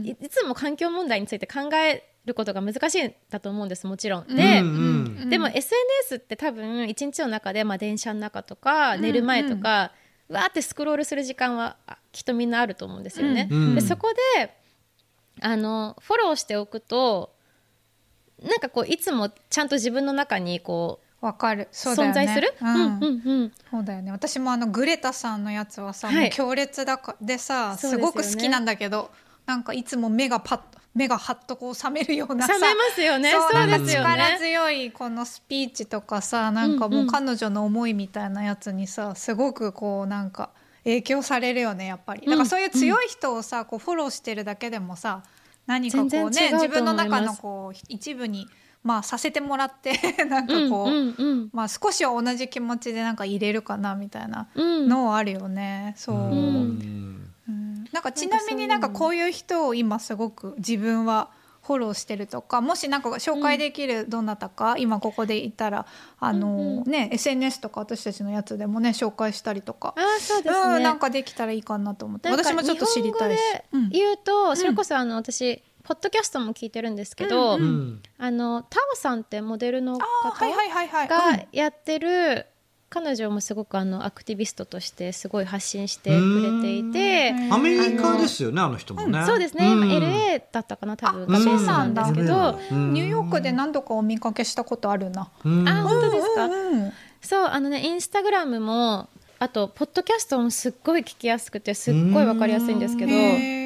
い, いつも環境問題について考えることが難しいんだと思うんです、もちろんで、うんうん、でも エスエヌエス って多分一日の中で、まあ、電車の中とか寝る前とか、うんうん、わーってスクロールする時間はきっとみんなあると思うんですよね、うん、でそこであのフォローしておくとなんかこういつもちゃんと自分の中にこうわかる、そうだよね、 存在する、うんうんうん、 そうだよね。私もあのグレタさんのやつはさ、はい、もう強烈だかでさ、すごく好きなんだけど、なんかいつも目がパッ目がハッとこう覚めるようなさ、 覚めますよね。 そうなんか力強いこのスピーチとかさ、なんかもう彼女の思いみたいなやつにさ、すごくこうなんか影響されるよね、やっぱり。だからそういう強い人をさこうフォローしてるだけでもさ、何かこうね自分の中のこう一部にまあさせてもらってなんかこう、うんうんうん、まあ少しは同じ気持ちでなんか入れるかなみたいなのはあるよね、うん、そう、うんうん、なんかちなみになんかこういう人を今すごく自分はフォローしてるとか、もしなんか紹介できるどなたか、うん、今ここでいたらあの、うんうん、ね エスエヌエス とか私たちのやつでもね紹介したりとか、 あ、そうですね、 うん、なんかできたらいいかなと思って、私もちょっと知りたいし。 日本語で言うと、うん、それこそあの私ポッドキャストも聞いてるんですけど、うんうん、あのタオさんってモデルの方がやってる、彼女もすごくあのアクティビストとしてすごい発信してくれていて、 アメリカですよね、あの人もね、 うん、そうですね、今 エルエー だったかな多分、ベースなんですけど、 ニューヨークで何度かお見かけしたことあるな。 あ、本当ですか、うんうん、そう、あのね、インスタグラムもあとポッドキャストもすっごい聞きやすくてすっごい分かりやすいんですけど、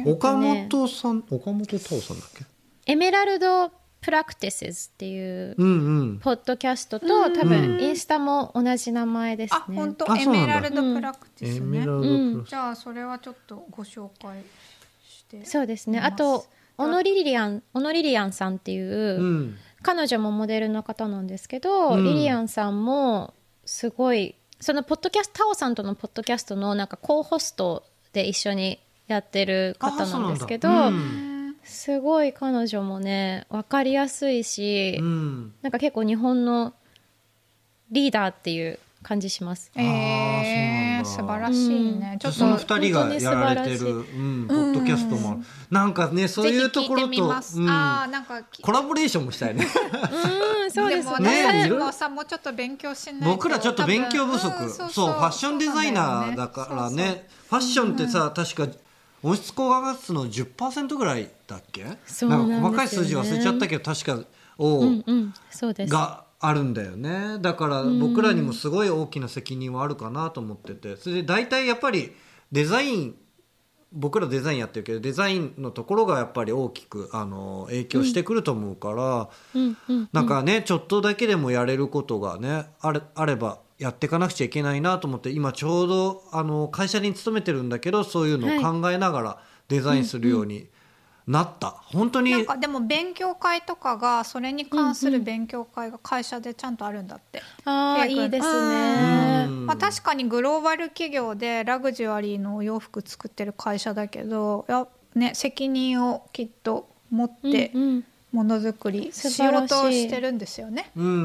岡本さん、岡本太郎さんだっけ。 エメラルドプラクティスズっていううんうんポッドキャストと、多分インスタも同じ名前ですね。 あ、本当。 あエそうなんだメラルドプラクティスね。 エメラルドプラス、 じゃあそれはちょっとご紹介してそうですね。 みますあとオノリリアンオノリリアンさんっていう、 うん、 彼女もモデルの方なんですけど、 うんリリアンさんもすごい、そのポッドキャスト、タオさんとのポッドキャストのなんかコーホストで一緒にやってる方なんですけど、 あそうなんだ、うんすごい彼女もね分かりやすいし、 うん、 なんか結構日本のリーダーっていう感じします。 えー、 あーそうなんだ素晴らしいね、 うん、 ちょっとそのふたりがやられてる、 本当に素晴らしいうん、ポッドキャストもある、なんかねそういうところと、 ぜひ聞いてみます、 うん、 あーなんかコラボレーションもしたいねうん、そうですもね。 私たちもさ、もうちょっと勉強しないと。 僕らちょっと勉強不足、 多分うんそうそうファッションデザイナーだからね、 そうそうファッションってさ、確か温室効果ガスの じゅっパーセント ぐらいだっけ。 そうなんですよね。 か細かい数字忘れちゃったけど確かを、 うんうん、そうです。 があるんだよね。だから僕らにもすごい大きな責任はあるかなと思ってて、それで大体やっぱりデザイン、僕らデザインやってるけどデザインのところがやっぱり大きくあの影響してくると思うから、 うんうんうん、 なんかねちょっとだけでもやれることがねあれ、あればやっていかなくちゃいけないなと思って、今ちょうどあの会社に勤めてるんだけど、そういうのを考えながらデザインするようになった、うんうん、本当になんかでも勉強会とかがそれに関する勉強会が会社でちゃんとあるんだって、 うんうん、ああいいですね、 ね、 まあ、確かにグローバル企業でラグジュアリーのお洋服作ってる会社だけどや、ね、責任をきっと持ってものづくりしようとしてるんですよね。 うん、うん、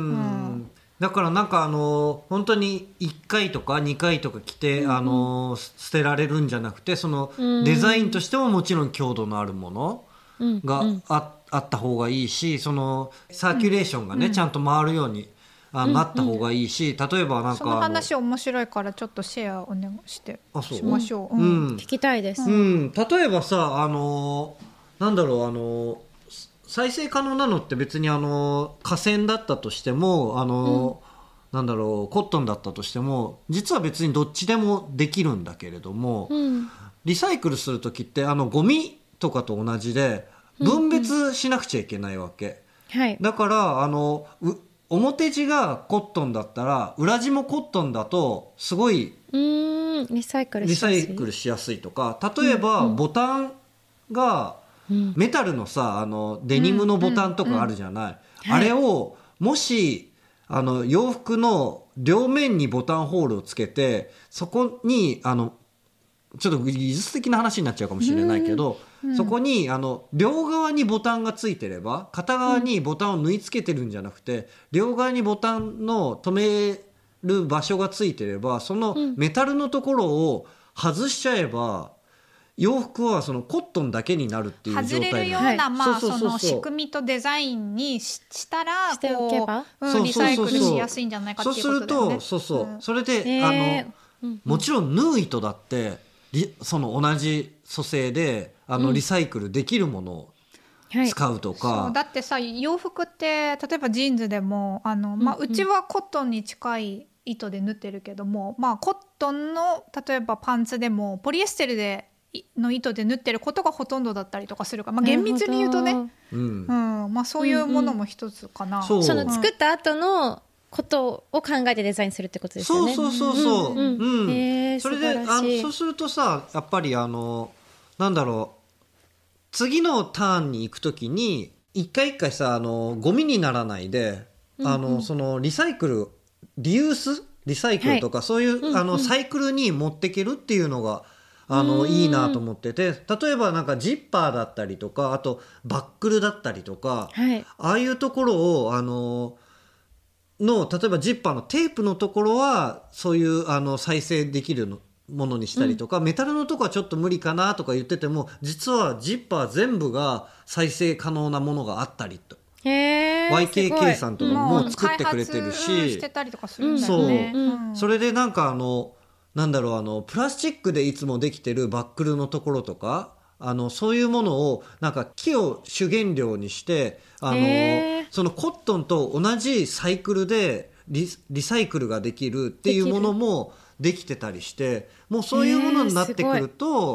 だからなんかあの本当にいっかいとかにかいとか着て、うんうん、あの捨てられるんじゃなくて、そのデザインとしてももちろん強度のあるものが あ,、うんうん、あった方がいいし、そのサーキュレーションがね、うん、ちゃんと回るようにあなった方がいいし、例えばなんかその話面白いからちょっとシェアお願いしてしましょう、 うんうん、聞きたいです、 うん、例えばさあのなんだろうあの再生可能なのって別にあの化繊だったとしてもあの、うん、なんだろうコットンだったとしても実は別にどっちでもできるんだけれども、うん、リサイクルする時ってあのゴミとかと同じで分別しなくちゃいけないわけ、うんうん、だからあの表地がコットンだったら裏地もコットンだとすごいうーんリサイクルしやすい、 リサイクルしやすいとか、例えばボタンがメタルのさあのデニムのボタンとかあるじゃない、うんうんうん、あれをもしあの洋服の両面にボタンホールをつけてそこにあのちょっと技術的な話になっちゃうかもしれないけど、うんうん、そこにあの両側にボタンがついてれば片側にボタンを縫い付けてるんじゃなくて、両側にボタンの止める場所がついてればそのメタルのところを外しちゃえば洋服はそのコットンだけになるっていう状態外れるような、まあ、その仕組みとデザインに し, したらしておけば、 うん、リサイクルしやすいんじゃないかっていうことだよね。 そうするとそうそう、うん、それで、 えー、 あのもちろん縫う糸だってその同じ組成であのリサイクルできるものを使うとか、 はい、そうだってさ洋服って例えばジーンズでもあの、まあ、うちはコットンに近い糸で縫ってるけども、まあ、コットンの例えばパンツでもポリエステルでの糸で縫ってることがほとんどだったりとかするから、まあ、厳密に言うとね、うんうんまあ、そういうものも一つかな、 うんうん、その作った後のことを考えてデザインするってことですよね。 そうそうそうそう、うんうんうん、 えー、 それであのそうするとさやっぱりあのなんだろう次のターンに行くときに一回一回さあのゴミにならないで、うんうん、あのそのリサイクルリユースリサイクルとか、はい、そういう、うんうん、あのサイクルに持っていけるっていうのがあのいいなと思ってて、例えばなんかジッパーだったりとかあとバックルだったりとか、はい、ああいうところをあのの例えばジッパーのテープのところはそういうあの再生できるのものにしたりとか、うん、メタルのとこはちょっと無理かなとか言ってても実はジッパー全部が再生可能なものがあったりと、 へーワイケーケー さんとかも作ってくれてるし、 開発してたりとかするんだよね。 そう、 うん、 それでなんかあのなんだろうあのプラスチックでいつもできてるバックルのところとかあのそういうものをなんか木を主原料にしてあのそのコットンと同じサイクルで リ, リサイクルができるっていうものもできてたりしてもうそういうものになってくると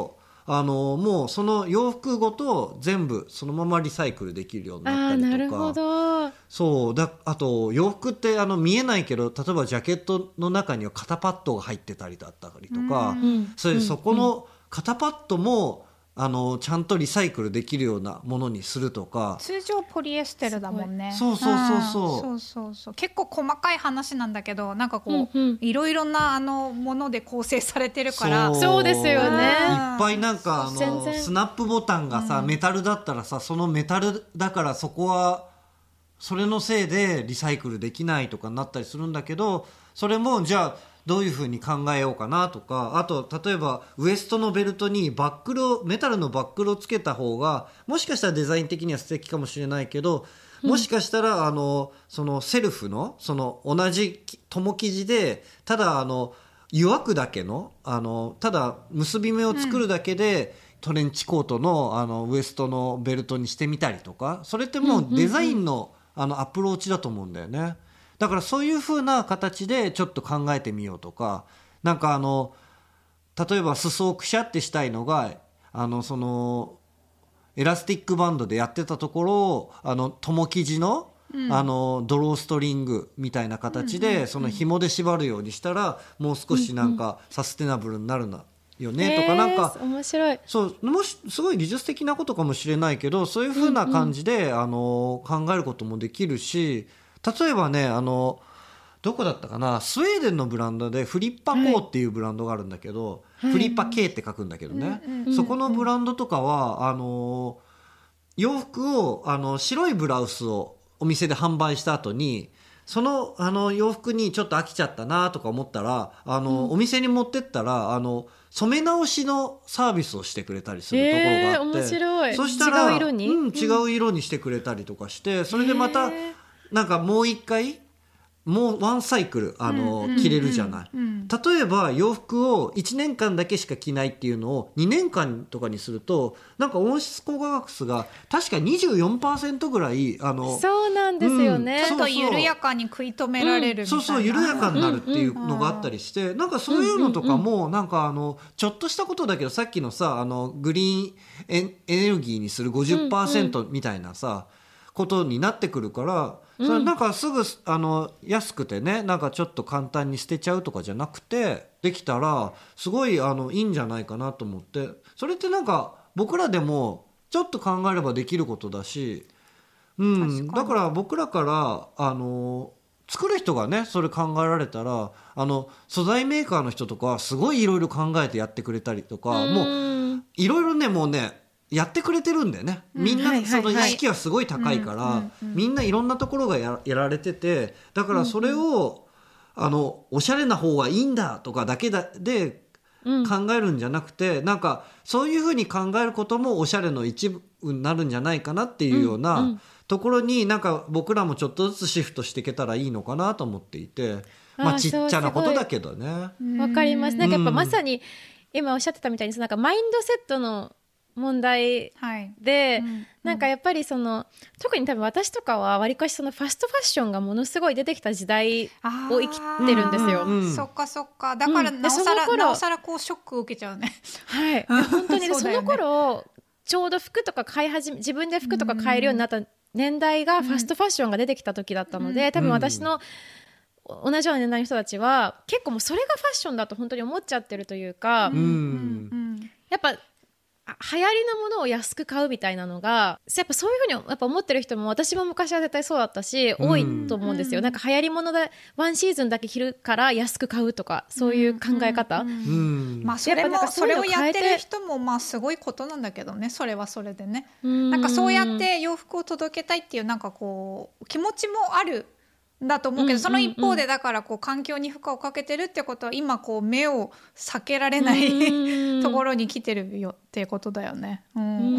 あのもうその洋服ごと全部そのままリサイクルできるようになったりとか。 あー、なるほど。 そうだ。あと洋服ってあの見えないけど、例えばジャケットの中には肩パッドが入ってたりだったりとか、 うん、 それそこの肩パッドもあのちゃんとリサイクルできるようなものにするとか。 通常ポリエステルだもんね。 そうそうそうそう、 そうそうそう。結構細かい話なんだけど、なんかこう、うんうん、いろいろなあのもので構成されてるから。 そう、そうですよね。 いっぱいなんかあのスナップボタンがさ、うん、メタルだったらさ、そのメタルだからそこはそれのせいでリサイクルできないとかなったりするんだけど、それもじゃあどういうふうに考えようかなとか、あと例えばウエストのベルトにバックルをメタルのバックルをつけた方がもしかしたらデザイン的には素敵かもしれないけど、もしかしたらあのそのセルフのその同じ友生地でただあの湯くだけのあのただ結び目を作るだけで、うん、トレンチコートのあのウエストのベルトにしてみたりとか、それってもうデザインの、あのアプローチだと思うんだよね。だからそういう風な形でちょっと考えてみようとか、なんかあの例えば裾をくしゃってしたいのがあのそのエラスティックバンドでやってたところをあの友生地の、うん、あのドローストリングみたいな形で、うんうんうん、その紐で縛るようにしたらもう少しなんかサステナブルになるなよねとか、なんか面白い。 そうもしすごい技術的なことかもしれないけど、そういう風な感じで、うんうん、あの考えることもできるし、例えばねあのどこだったかな、スウェーデンのブランドでフリッパコーっていうブランドがあるんだけど、はい、フリッパ K って書くんだけどね、うんうん、そこのブランドとかはあの洋服をあの白いブラウスをお店で販売した後にその、あの洋服にちょっと飽きちゃったなとか思ったらあの、うん、お店に持ってったらあの染め直しのサービスをしてくれたりするところがあって、えー、 面白い。 そしたら違う色に、 うん、違う色にしてくれたりとかして、それでまた、えー、なんかもう一回もうワンサイクルあの、うん、着れるじゃない、うんうん、例えば洋服をいちねんかんだけしか着ないっていうのをにねんかんとかにするとなんか温室効果ガスが確か にじゅうよんパーセント ぐらいあのそうなんですよね、 うん、ちょっと緩やかに食い止められるみたいな、うん、 そうそう緩やかになるっていうのがあったりして、うんうん、なんかそういうのとかもなんかあのちょっとしたことだけどさっきのさあのグリーンエネルギーにする ごじゅっパーセント みたいなさことになってくるからそれなんかすぐあの安くてねなんかちょっと簡単に捨てちゃうとかじゃなくてできたらすごいあのいいんじゃないかなと思って、それってなんか僕らでもちょっと考えればできることだし、うん、だから僕らからあの作る人がねそれ考えられたらあの素材メーカーの人とかすごいいろいろ考えてやってくれたりとかもういろいろねもうねやってくれてるんだよね。みんなその意識はすごい高いからみんないろんなところが や, やられててだからそれをあのおしゃれな方がいいんだとかだけだで考えるんじゃなくてなんかそういうふうに考えることもおしゃれの一部になるんじゃないかなっていうようなところになんか僕らもちょっとずつシフトしていけたらいいのかなと思っていて、まあちっちゃなことだけどね。 わかります。なんかやっぱまさに今おっしゃってたみたいになんかマインドセットの問題で、はいうん、なんかやっぱりその特に多分私とかはわりかしそのファストファッションがものすごい出てきた時代を生きてるんですよ、 うんうん、そっかそっかだからなおさら、うん、なおさらこうショックを受けちゃうねはい本当にそ, その頃ちょうど服とか買い始め自分で服とか買えるようになった年代がファストファッションが出てきた時だったので、うん、多分私の同じような年代の人たちは結構もうそれがファッションだと本当に思っちゃってるというか、うんうん、やっぱ流行りのものを安く買うみたいなのがやっぱそういうふうにやっぱ思ってる人も私も昔は絶対そうだったし多いと思うんですよ、うん、なんか流行りものでワンシーズンだけ着るから安く買うとかそういう考え方、うんうんまあ、それもそれをやってる人もまあすごいことなんだけどねそれはそれでね、うん、なんかそうやって洋服を届けたいっていうなんかこう気持ちもあるだと思うけど、うんうんうん、その一方でだからこう環境に負荷をかけてるってことは今こう目を避けられないところに来てるよっていうことだよね、うんうん、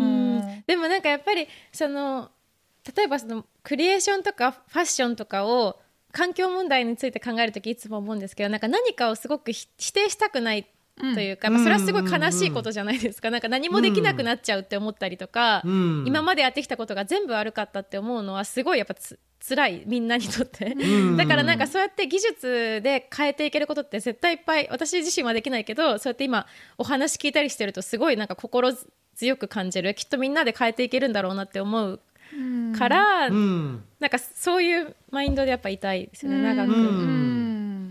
でもなんかやっぱりその例えばそのクリエーションとかファッションとかを環境問題について考えるときいつも思うんですけどなんか何かをすごく否定したくないというか、うんまあ、それはすごい悲しいことじゃないですか、うん、なんか何もできなくなっちゃうって思ったりとか、うん、今までやってきたことが全部悪かったって思うのはすごいやっぱつ辛いみんなにとってだからなんかそうやって技術で変えていけることって絶対いっぱい私自身はできないけどそうやって今お話聞いたりしてるとすごいなんか心強く感じるきっとみんなで変えていけるんだろうなって思うから、うん、なんかそういうマインドでやっぱいたいですよね長く、うん、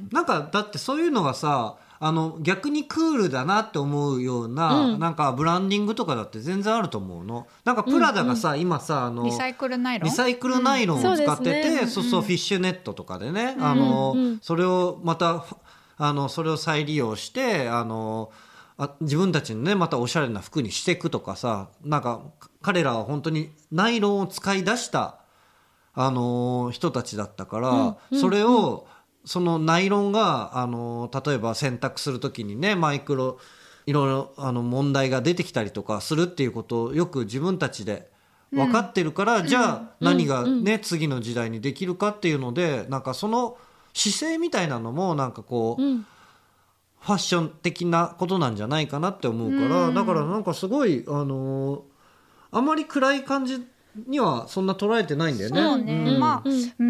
なんかだってそういうのがさあの逆にクールだなって思うような、うん、なんかブランディングとかだって全然あると思うのなんかプラダがさ、うんうん、今さあのリサイクルナイロンリサイクルナイロンを使ってて、うん そうですね、そうそうフィッシュネットとかでね、うん、あの、うん、それをまたあのそれを再利用してあのあ自分たちのねまたおしゃれな服にしていくとかさなんか彼らは本当にナイロンを使い出したあの人たちだったから、うんうん、それをそのナイロンがあの例えば洗濯するときにねマイクロいろいろあの問題が出てきたりとかするっていうことをよく自分たちで分かってるから、うん、じゃあ何がね、うんうん、次の時代にできるかっていうのでなんかその姿勢みたいなのもなんかこう、うん、ファッション的なことなんじゃないかなって思うから、うん、だからなんかすごいあのあまり暗い感じにはそんな捉えてないんだよね。 そうね、うん、まあ、うん、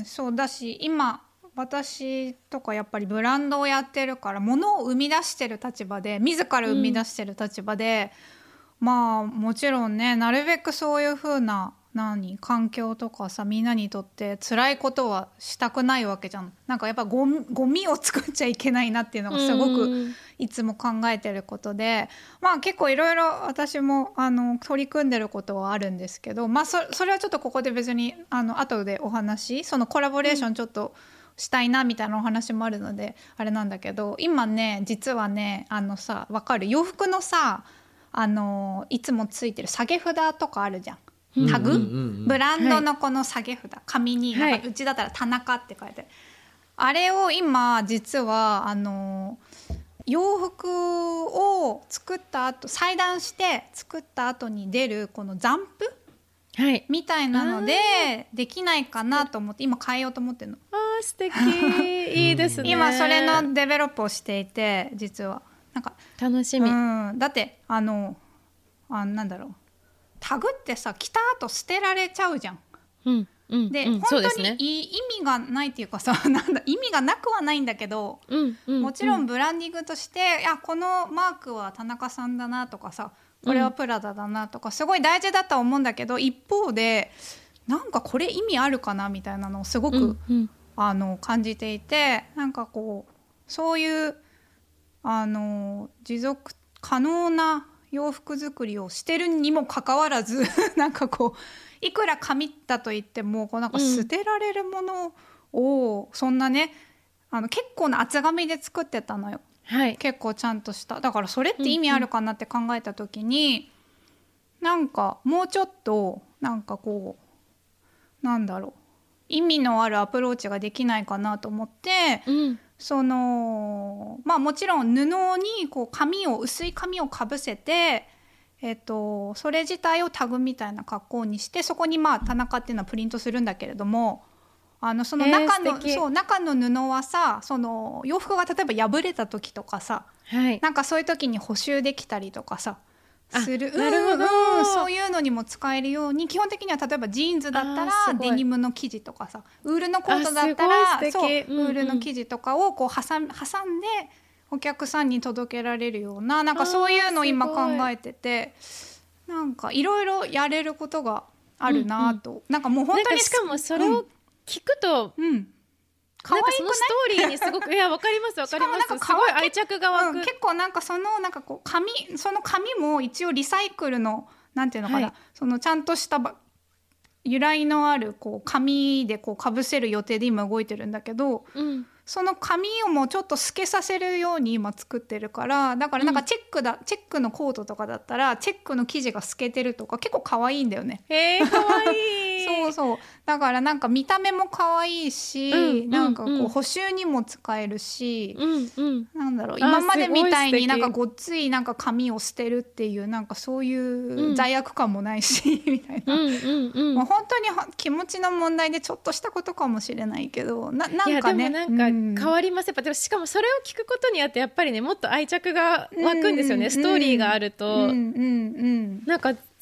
そうだし今私とかやっぱりブランドをやってるから物を生み出してる立場で自ら生み出してる立場で、うん、まあもちろんねなるべくそういう風な何環境とかさみんなにとって辛いことはしたくないわけじゃん。なんかやっぱゴミ、ゴミを作っちゃいけないなっていうのがすごくいつも考えてることで、まあ結構いろいろ私もあの取り組んでることはあるんですけど、まあ そ, それはちょっとここで別にあの後でお話そのコラボレーションちょっと、うんしたいなみたいなお話もあるのであれなんだけど今ね実はねあのさ分かる洋服のさあのいつもついてる下げ札とかあるじゃんタグ、うんうんうん、ブランドのこの下げ札、はい、紙になんかうちだったら田中って書いてある、はい、あれを今実はあの洋服を作った後裁断して作った後に出るこの残布はい、みたいなのでできないかなと思って今変えようと思ってるの。 あー素敵いいですね。 今それのデベロップをしていて実はなんか楽しみ、 うん、だってあのあなんだろうタグってさ着た後捨てられちゃうじゃん、うんうん、で、うん、本当にいい意味がないっていうかさなんだ意味がなくはないんだけど、うんうん、もちろんブランディングとして、うん、いやこのマークは田中さんだなとかさこれはプラダだなとかすごい大事だとは思うんだけど一方でなんかこれ意味あるかなみたいなのをすごく、うんうん、あの感じていてなんかこうそういうあの持続可能な洋服作りをしてるにもかかわらずなんかこういくら紙だといってもこうなんか捨てられるものをそんなねあの結構な厚紙で作ってたのよ。はい、結構ちゃんとしただからそれって意味あるかなって考えた時に、うんうん、なんかもうちょっとなんかこうなんだろう意味のあるアプローチができないかなと思って、うん、そのまあもちろん布にこう紙を薄い紙をかぶせて、えっと、それ自体をタグみたいな格好にしてそこにまあ田中っていうのはプリントするんだけれどもあのその中の、えー、そう中の布はさその洋服が例えば破れた時とかさ、はい、なんかそういう時に補修できたりとかさするなるほど、うん、そういうのにも使えるように基本的には例えばジーンズだったらデニムの生地とかさウールのコートだったらそう、うんうん、ウールの生地とかをこう挟ん、挟んでお客さんに届けられるようななんかそういうのを今考えててなんかいろいろやれることがあるなと、うんうん、なんかもう本当にしかもそれを、うん聞くと、うん、可愛くない？そのストーリーにすごくいやわかりますわかりますすごい愛着が湧く、 うん、結構なんかそのなんかこう紙その紙も一応リサイクルのなんていうのかな、はい、そのちゃんとした由来のあるこう紙でこうかぶせる予定で今動いてるんだけど、うん、その紙をもうちょっと透けさせるように今作ってるからだからなんかチェックだ、うん、チェックのコートとかだったらチェックの生地が透けてるとか結構可愛いんだよね。 へー可愛いそうそうだからなんか見た目も可愛いし、うん、なんかこう補修にも使えるし、うんうん、なんだろう今までみたいになんかごっついなんか紙を捨てるっていうなんかそういう罪悪感もないし、うん、みたいな、うんうんうん、もう本当に気持ちの問題でちょっとしたことかもしれないけど な, なんかねいやでもなんか変わりますやっぱでもしかもそれを聞くことによってやっぱりねもっと愛着が湧くんですよね、うん、ストーリーがあると、うんうんうん、なんか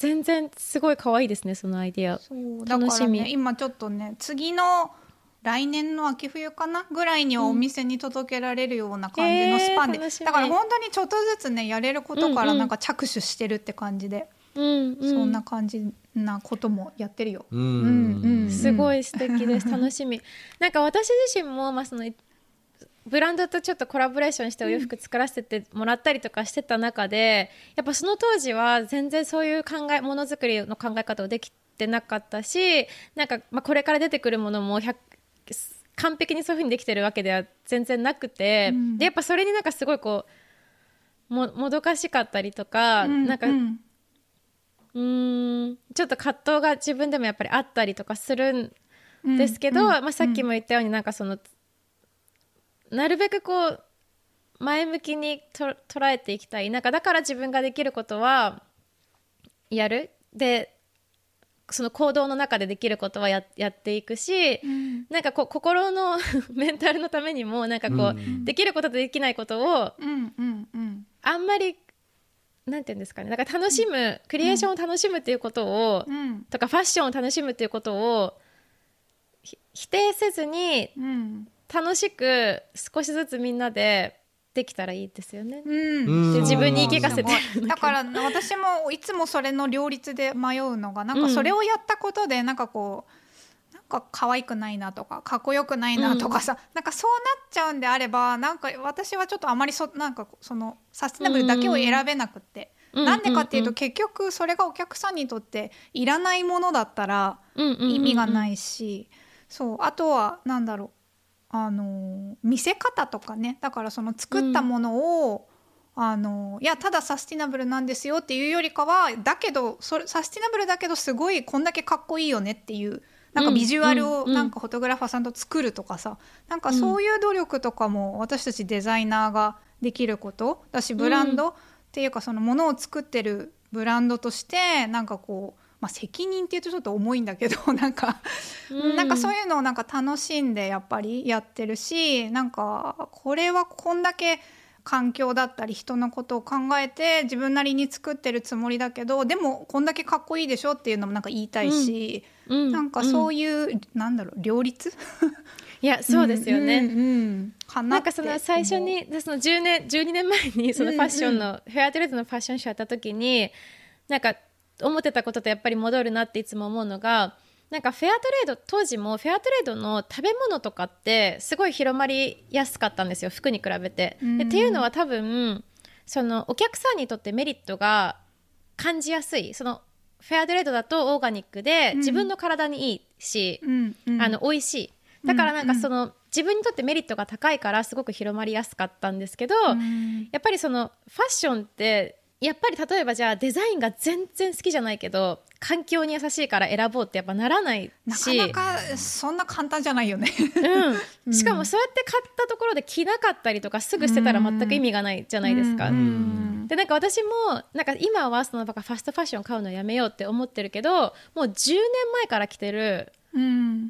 全然すごい可愛いですね、そのアイディア。 そうだからね、今ちょっとね、次の来年の秋冬かなぐらいにはお店に届けられるような感じのスパンで、うんえー、だから本当にちょっとずつねやれることからなんか着手してるって感じで、うんうん、そんな感じなこともやってるよ、うんうんうん、すごい素敵です。楽しみ。なんか私自身も、まあ、そのブランドとちょっとコラボレーションしてお洋服作らせてもらったりとかしてた中で、やっぱその当時は全然そういう考えものづくりの考え方をできてなかったし、なんかまあこれから出てくるものもひゃく完璧にそういう風にできてるわけでは全然なくて、うん、でやっぱそれになんかすごいこう も, もどかしかったりとか、うん、なんか、うん、うーんちょっと葛藤が自分でもやっぱりあったりとかするんですけど、うんまあ、さっきも言ったようになんかそのなるべくこう前向きにと捉えていきたい。なんかだから自分ができることはやるで、その行動の中でできることは や, やっていくし、うん、なんかこう心のメンタルのためにもなんかこう、うん、できることとできないことを、うんうんうん、あんまりなんていうんですかね、なんか楽しむ、うん、クリエーションを楽しむっていうことを、うん、とかファッションを楽しむっていうことを否定せずに、うん、楽しく少しずつみんなでできたらいいですよね、うん、で自分に言い聞かせてだから私もいつもそれの両立で迷うのが、なんかそれをやったことでなんかこうなんか可愛くないなとかかっこよくないなとかさ、うん、なんかそうなっちゃうんであれば、なんか私はちょっとあまり そ, なんかそのサステナブルだけを選べなくて、うん、なんでかっていうと結局それがお客さんにとっていらないものだったら意味がないし、そうあとはなんだろう、あの見せ方とかね、だからその作ったものを、うん、あのいやただサスティナブルなんですよっていうよりかは、だけどそれサスティナブルだけどすごいこんだけかっこいいよねっていうなんかビジュアルをなんかフォトグラファーさんと作るとかさ、なんかそういう努力とかも私たちデザイナーができることだし、ブランドっていうかそのものを作ってるブランドとしてなんかこう、まあ、責任っていうとちょっと重いんだけどなんか、うん、なんかそういうのをなんか楽しんでやっぱりやってるし、なんかこれはこんだけ環境だったり人のことを考えて自分なりに作ってるつもりだけど、でもこんだけかっこいいでしょっていうのもなんか言いたいし、うん、なんかそういう、うん、なんだろう両立いやそうですよね、うんうんうん、 かなってなんかその最初にそのじゅうねんじゅうにねんまえにそのファッションの、うんうん、フェアトレードのファッションショーやった時になんか思ってたこととやっぱり戻るなっていつも思うのが、なんかフェアトレード当時もフェアトレードの食べ物とかってすごい広まりやすかったんですよ、服に比べて。でっていうのは多分そのお客さんにとってメリットが感じやすい、そのフェアトレードだとオーガニックで自分の体にいいし、うんうん、あの美味しい、だからなんかその自分にとってメリットが高いからすごく広まりやすかったんですけど、やっぱりそのファッションってやっぱり例えばじゃあデザインが全然好きじゃないけど環境に優しいから選ぼうってやっぱならないし、 なかなかそんな簡単じゃないよね、 うん、しかもそうやって買ったところで着なかったりとかすぐ捨てたら全く意味がないじゃないですか。でなんか私もなんか今はそのファストファッション買うのやめようって思ってるけど、もうじゅうねんまえから着てるうん、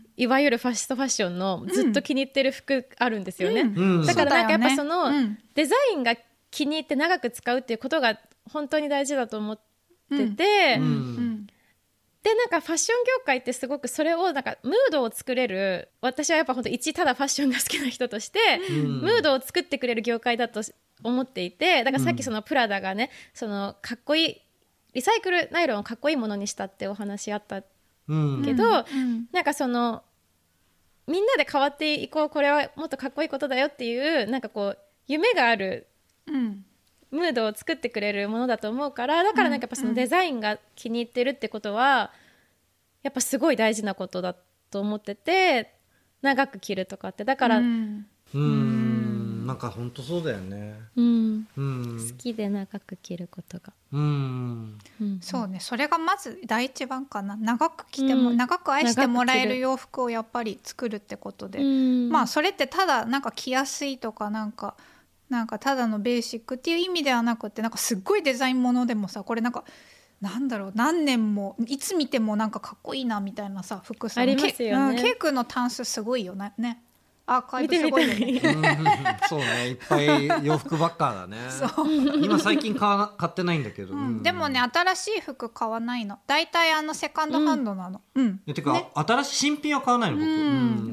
いわゆるファストファッションのずっと気に入ってる服あるんですよね、うん、だからなんかやっぱそのデザインが気に入って長く使うっていうことが本当に大事だと思ってて、うんうん、でなんかファッション業界ってすごくそれをなんかムードを作れる、私はやっぱ本当一ただファッションが好きな人として、うん、ムードを作ってくれる業界だと思っていて、だからさっきそのプラダがね、そのかっこいいリサイクルナイロンをかっこいいものにしたってお話あったけど、うん、なんかそのみんなで変わっていこう、これはもっとかっこいいことだよっていうなんかこう夢がある、うんムードを作ってくれるものだと思うから、だからなんかやっぱそのデザインが気に入ってるってことはやっぱすごい大事なことだと思ってて、長く着るとかってだから、うん、 うーんなんか本当そうだよね、 うんうん、好きで長く着ることが、 うんうん、そうね、それがまず第一番かな。長く着ても、うん、長く愛してもらえる洋服をやっぱり作るってことで、うん、まあそれってただなんか着やすいとかなんかなんかただのベーシックっていう意味ではなくて、なんかすっごいデザインものでもさ、これなんかなんだろう何年もいつ見てもなんかかっこいいなみたいなさ服さありますよね。 ケイ君のタンスすごいよね。 アーカイブすごいよね。 うん、そうね、いっぱい洋服ばっかだね。そう今最近買わ買ってないんだけど、 うんうん、 でもね新しい服買わないの。だいたいあのセカンドハンドなの。うん。 うん、てか、ね、新しい新品は買わないの僕、うんうん、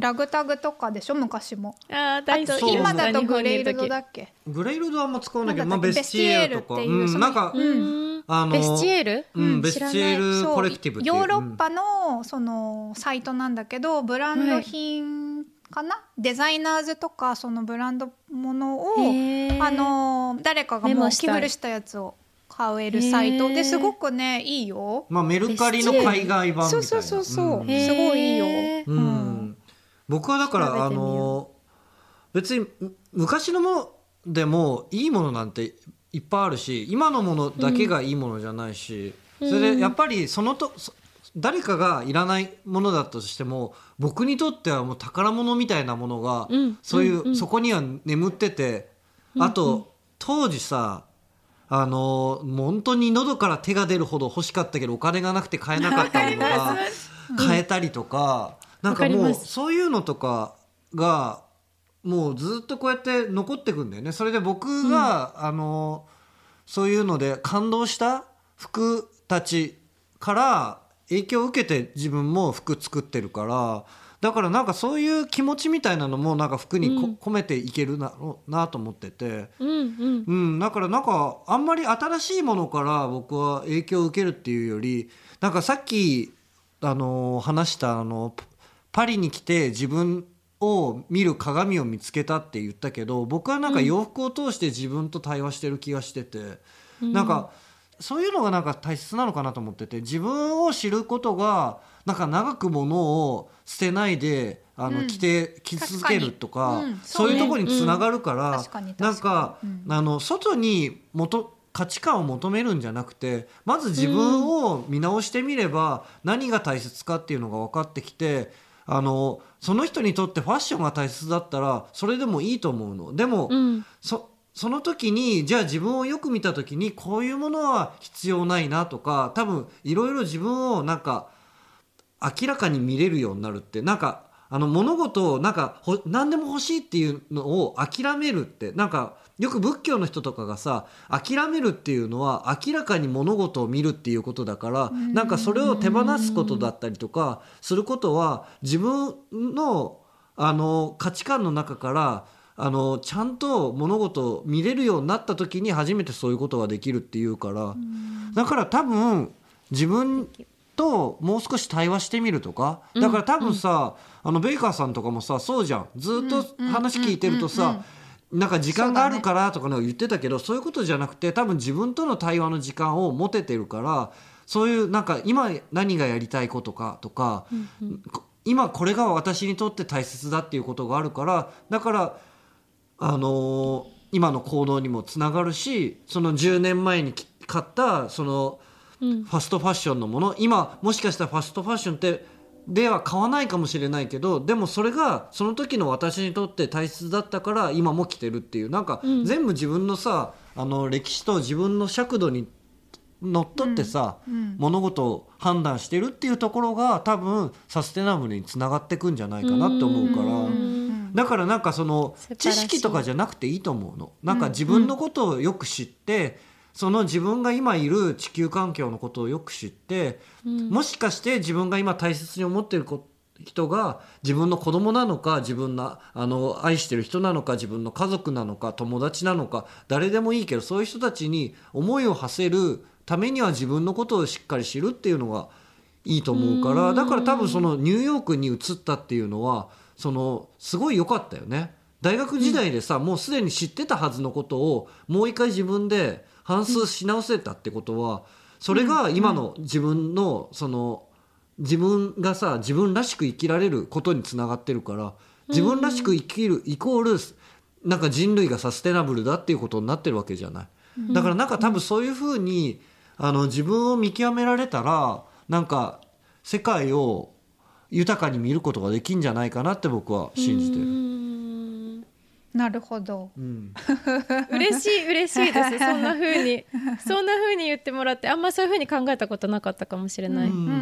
ラグタグとかでしょ昔も。 あ大好き。今だとグレイルドだっけ。 グレイルドはあんま使わないけど、まあ、ベスチエールとか、 ベスチエールっていう、 うん、なんか、 うん、 あのベスチエール、 うん、ベスチエールコレクティブっていうヨーロッパのそのサイトなんだけどブランド品かな、はい、デザイナーズとかそのブランドものをあの誰かがもう寄付したやつを買えるサイトですごくねいいよ。 まあ、メルカリの海外版みたいな。 そうそうそうそう、うん、すごいいいよ、 うんうん、僕はだからあの別に昔のものでもいいものなんていっぱいあるし今のものだけがいいものじゃないし、うん、それでやっぱりそのと誰かがいらないものだとしても僕にとってはもう宝物みたいなものが、うん、そういう、うんうん、そこには眠ってて、うんうん、あと当時さあの本当に喉から手が出るほど欲しかったけどお金がなくて買えなかったものが買えたりとか、うん、なんかもうそういうのとかがもうずっとこうやって残ってくんだよね。それで僕が、うん、あのそういうので感動した服たちから影響を受けて自分も服作ってるからだからなんかそういう気持ちみたいなのもなんか服にこ、うん、込めていけるな、なと思ってて、うんうんうん、だからなんかあんまり新しいものから僕は影響を受けるっていうよりなんかさっきあの話したあのパリに来て自分を見る鏡を見つけたって言ったけど僕はなんか洋服を通して自分と対話してる気がしてて、うん、なんかそういうのがなんか大切なのかなと思ってて自分を知ることがなんか長く物を捨てないであの、うん、着て着続けるとか、うん、そういうところにつながるから、うん、なんか、うん、あの外に元価値観を求めるんじゃなくてまず自分を見直してみれば何が大切かっていうのが分かってきてあのその人にとってファッションが大切だったらそれでもいいと思うの。でも、うん、そその時にじゃあ自分をよく見た時にこういうものは必要ないなとか多分いろいろ自分をなんか明らかに見れるようになるってなんかあの物事をなんかほ何でも欲しいっていうのを諦めるってなんかよく仏教の人とかがさ諦めるっていうのは明らかに物事を見るっていうことだからなんかそれを手放すことだったりとかすることは自分のあの価値観の中からあのちゃんと物事を見れるようになった時に初めてそういうことができるっていうからだから多分自分ともう少し対話してみるとかだから多分さ、うん、あのベイカーさんとかもさそうじゃんずっと話聞いてるとさなんか時間があるからとかの言ってたけど そう,、ね、そういうことじゃなくて多分自分との対話の時間を持ててるからそういうなんか今何がやりたいことかとか、うんうん、今これが私にとって大切だっていうことがあるからだからあのー、今の行動にもつながるしそのじゅうねんまえに買ったそのファストファッションのもの、うん、今もしかしたらファストファッションってでは買わないかもしれないけどでもそれがその時の私にとって大切だったから今も着てるっていうなんか全部自分のさあの歴史と自分の尺度にのっとってさ、うんうん、物事を判断してるっていうところが多分サステナブルにつながってくんじゃないかなって思うからだからなんかその知識とかじゃなくていいと思うのなんか自分のことをよく知ってその自分が今いる地球環境のことをよく知ってもしかして自分が今大切に思っている人が自分の子供なのか自分のあの愛してる人なのか自分の家族なのか友達なのか誰でもいいけどそういう人たちに思いを馳せるためには自分のことをしっかり知るっていうのがいいと思うからだから多分そのニューヨークに移ったっていうのはそのすごい良かったよね。大学時代でさ、うん、もうすでに知ってたはずのことをもう一回自分で反芻し直せたってことはそれが今の自分のその自分がさ自分らしく生きられることにつながってるから自分らしく生きるイコールなんか人類がサステナブルだっていうことになってるわけじゃない。だからなんか多分そういうふうにあの自分を見極められたらなんか世界を豊かに見ることができるんじゃないかなって僕は信じてる。 なるほど、 うん、嬉しい嬉しいですそんな風にそんな風に言ってもらってあんまそういう風に考えたことなかったかもしれない、うんうんうん、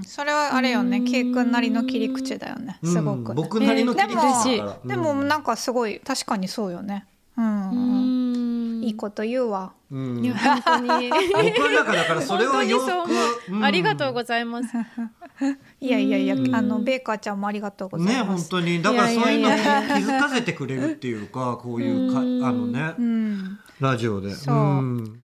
それはあれよね、ケイ君なりの切り口だよね、すごく、 うん、僕なりの切り口だから、 えー、でも、でもなんかすごい確かにそうよね、うん、うん、いいこと言うわ、 うん、いや本当に僕はだからそれをよく、 うん、ありがとうございますいやいやいや、あのベーカーちゃんもありがとうございます。 ね、本当にだからそういうのに気づかせてくれるっていうか、こういうかあのね、うん、ラジオで。そう。うん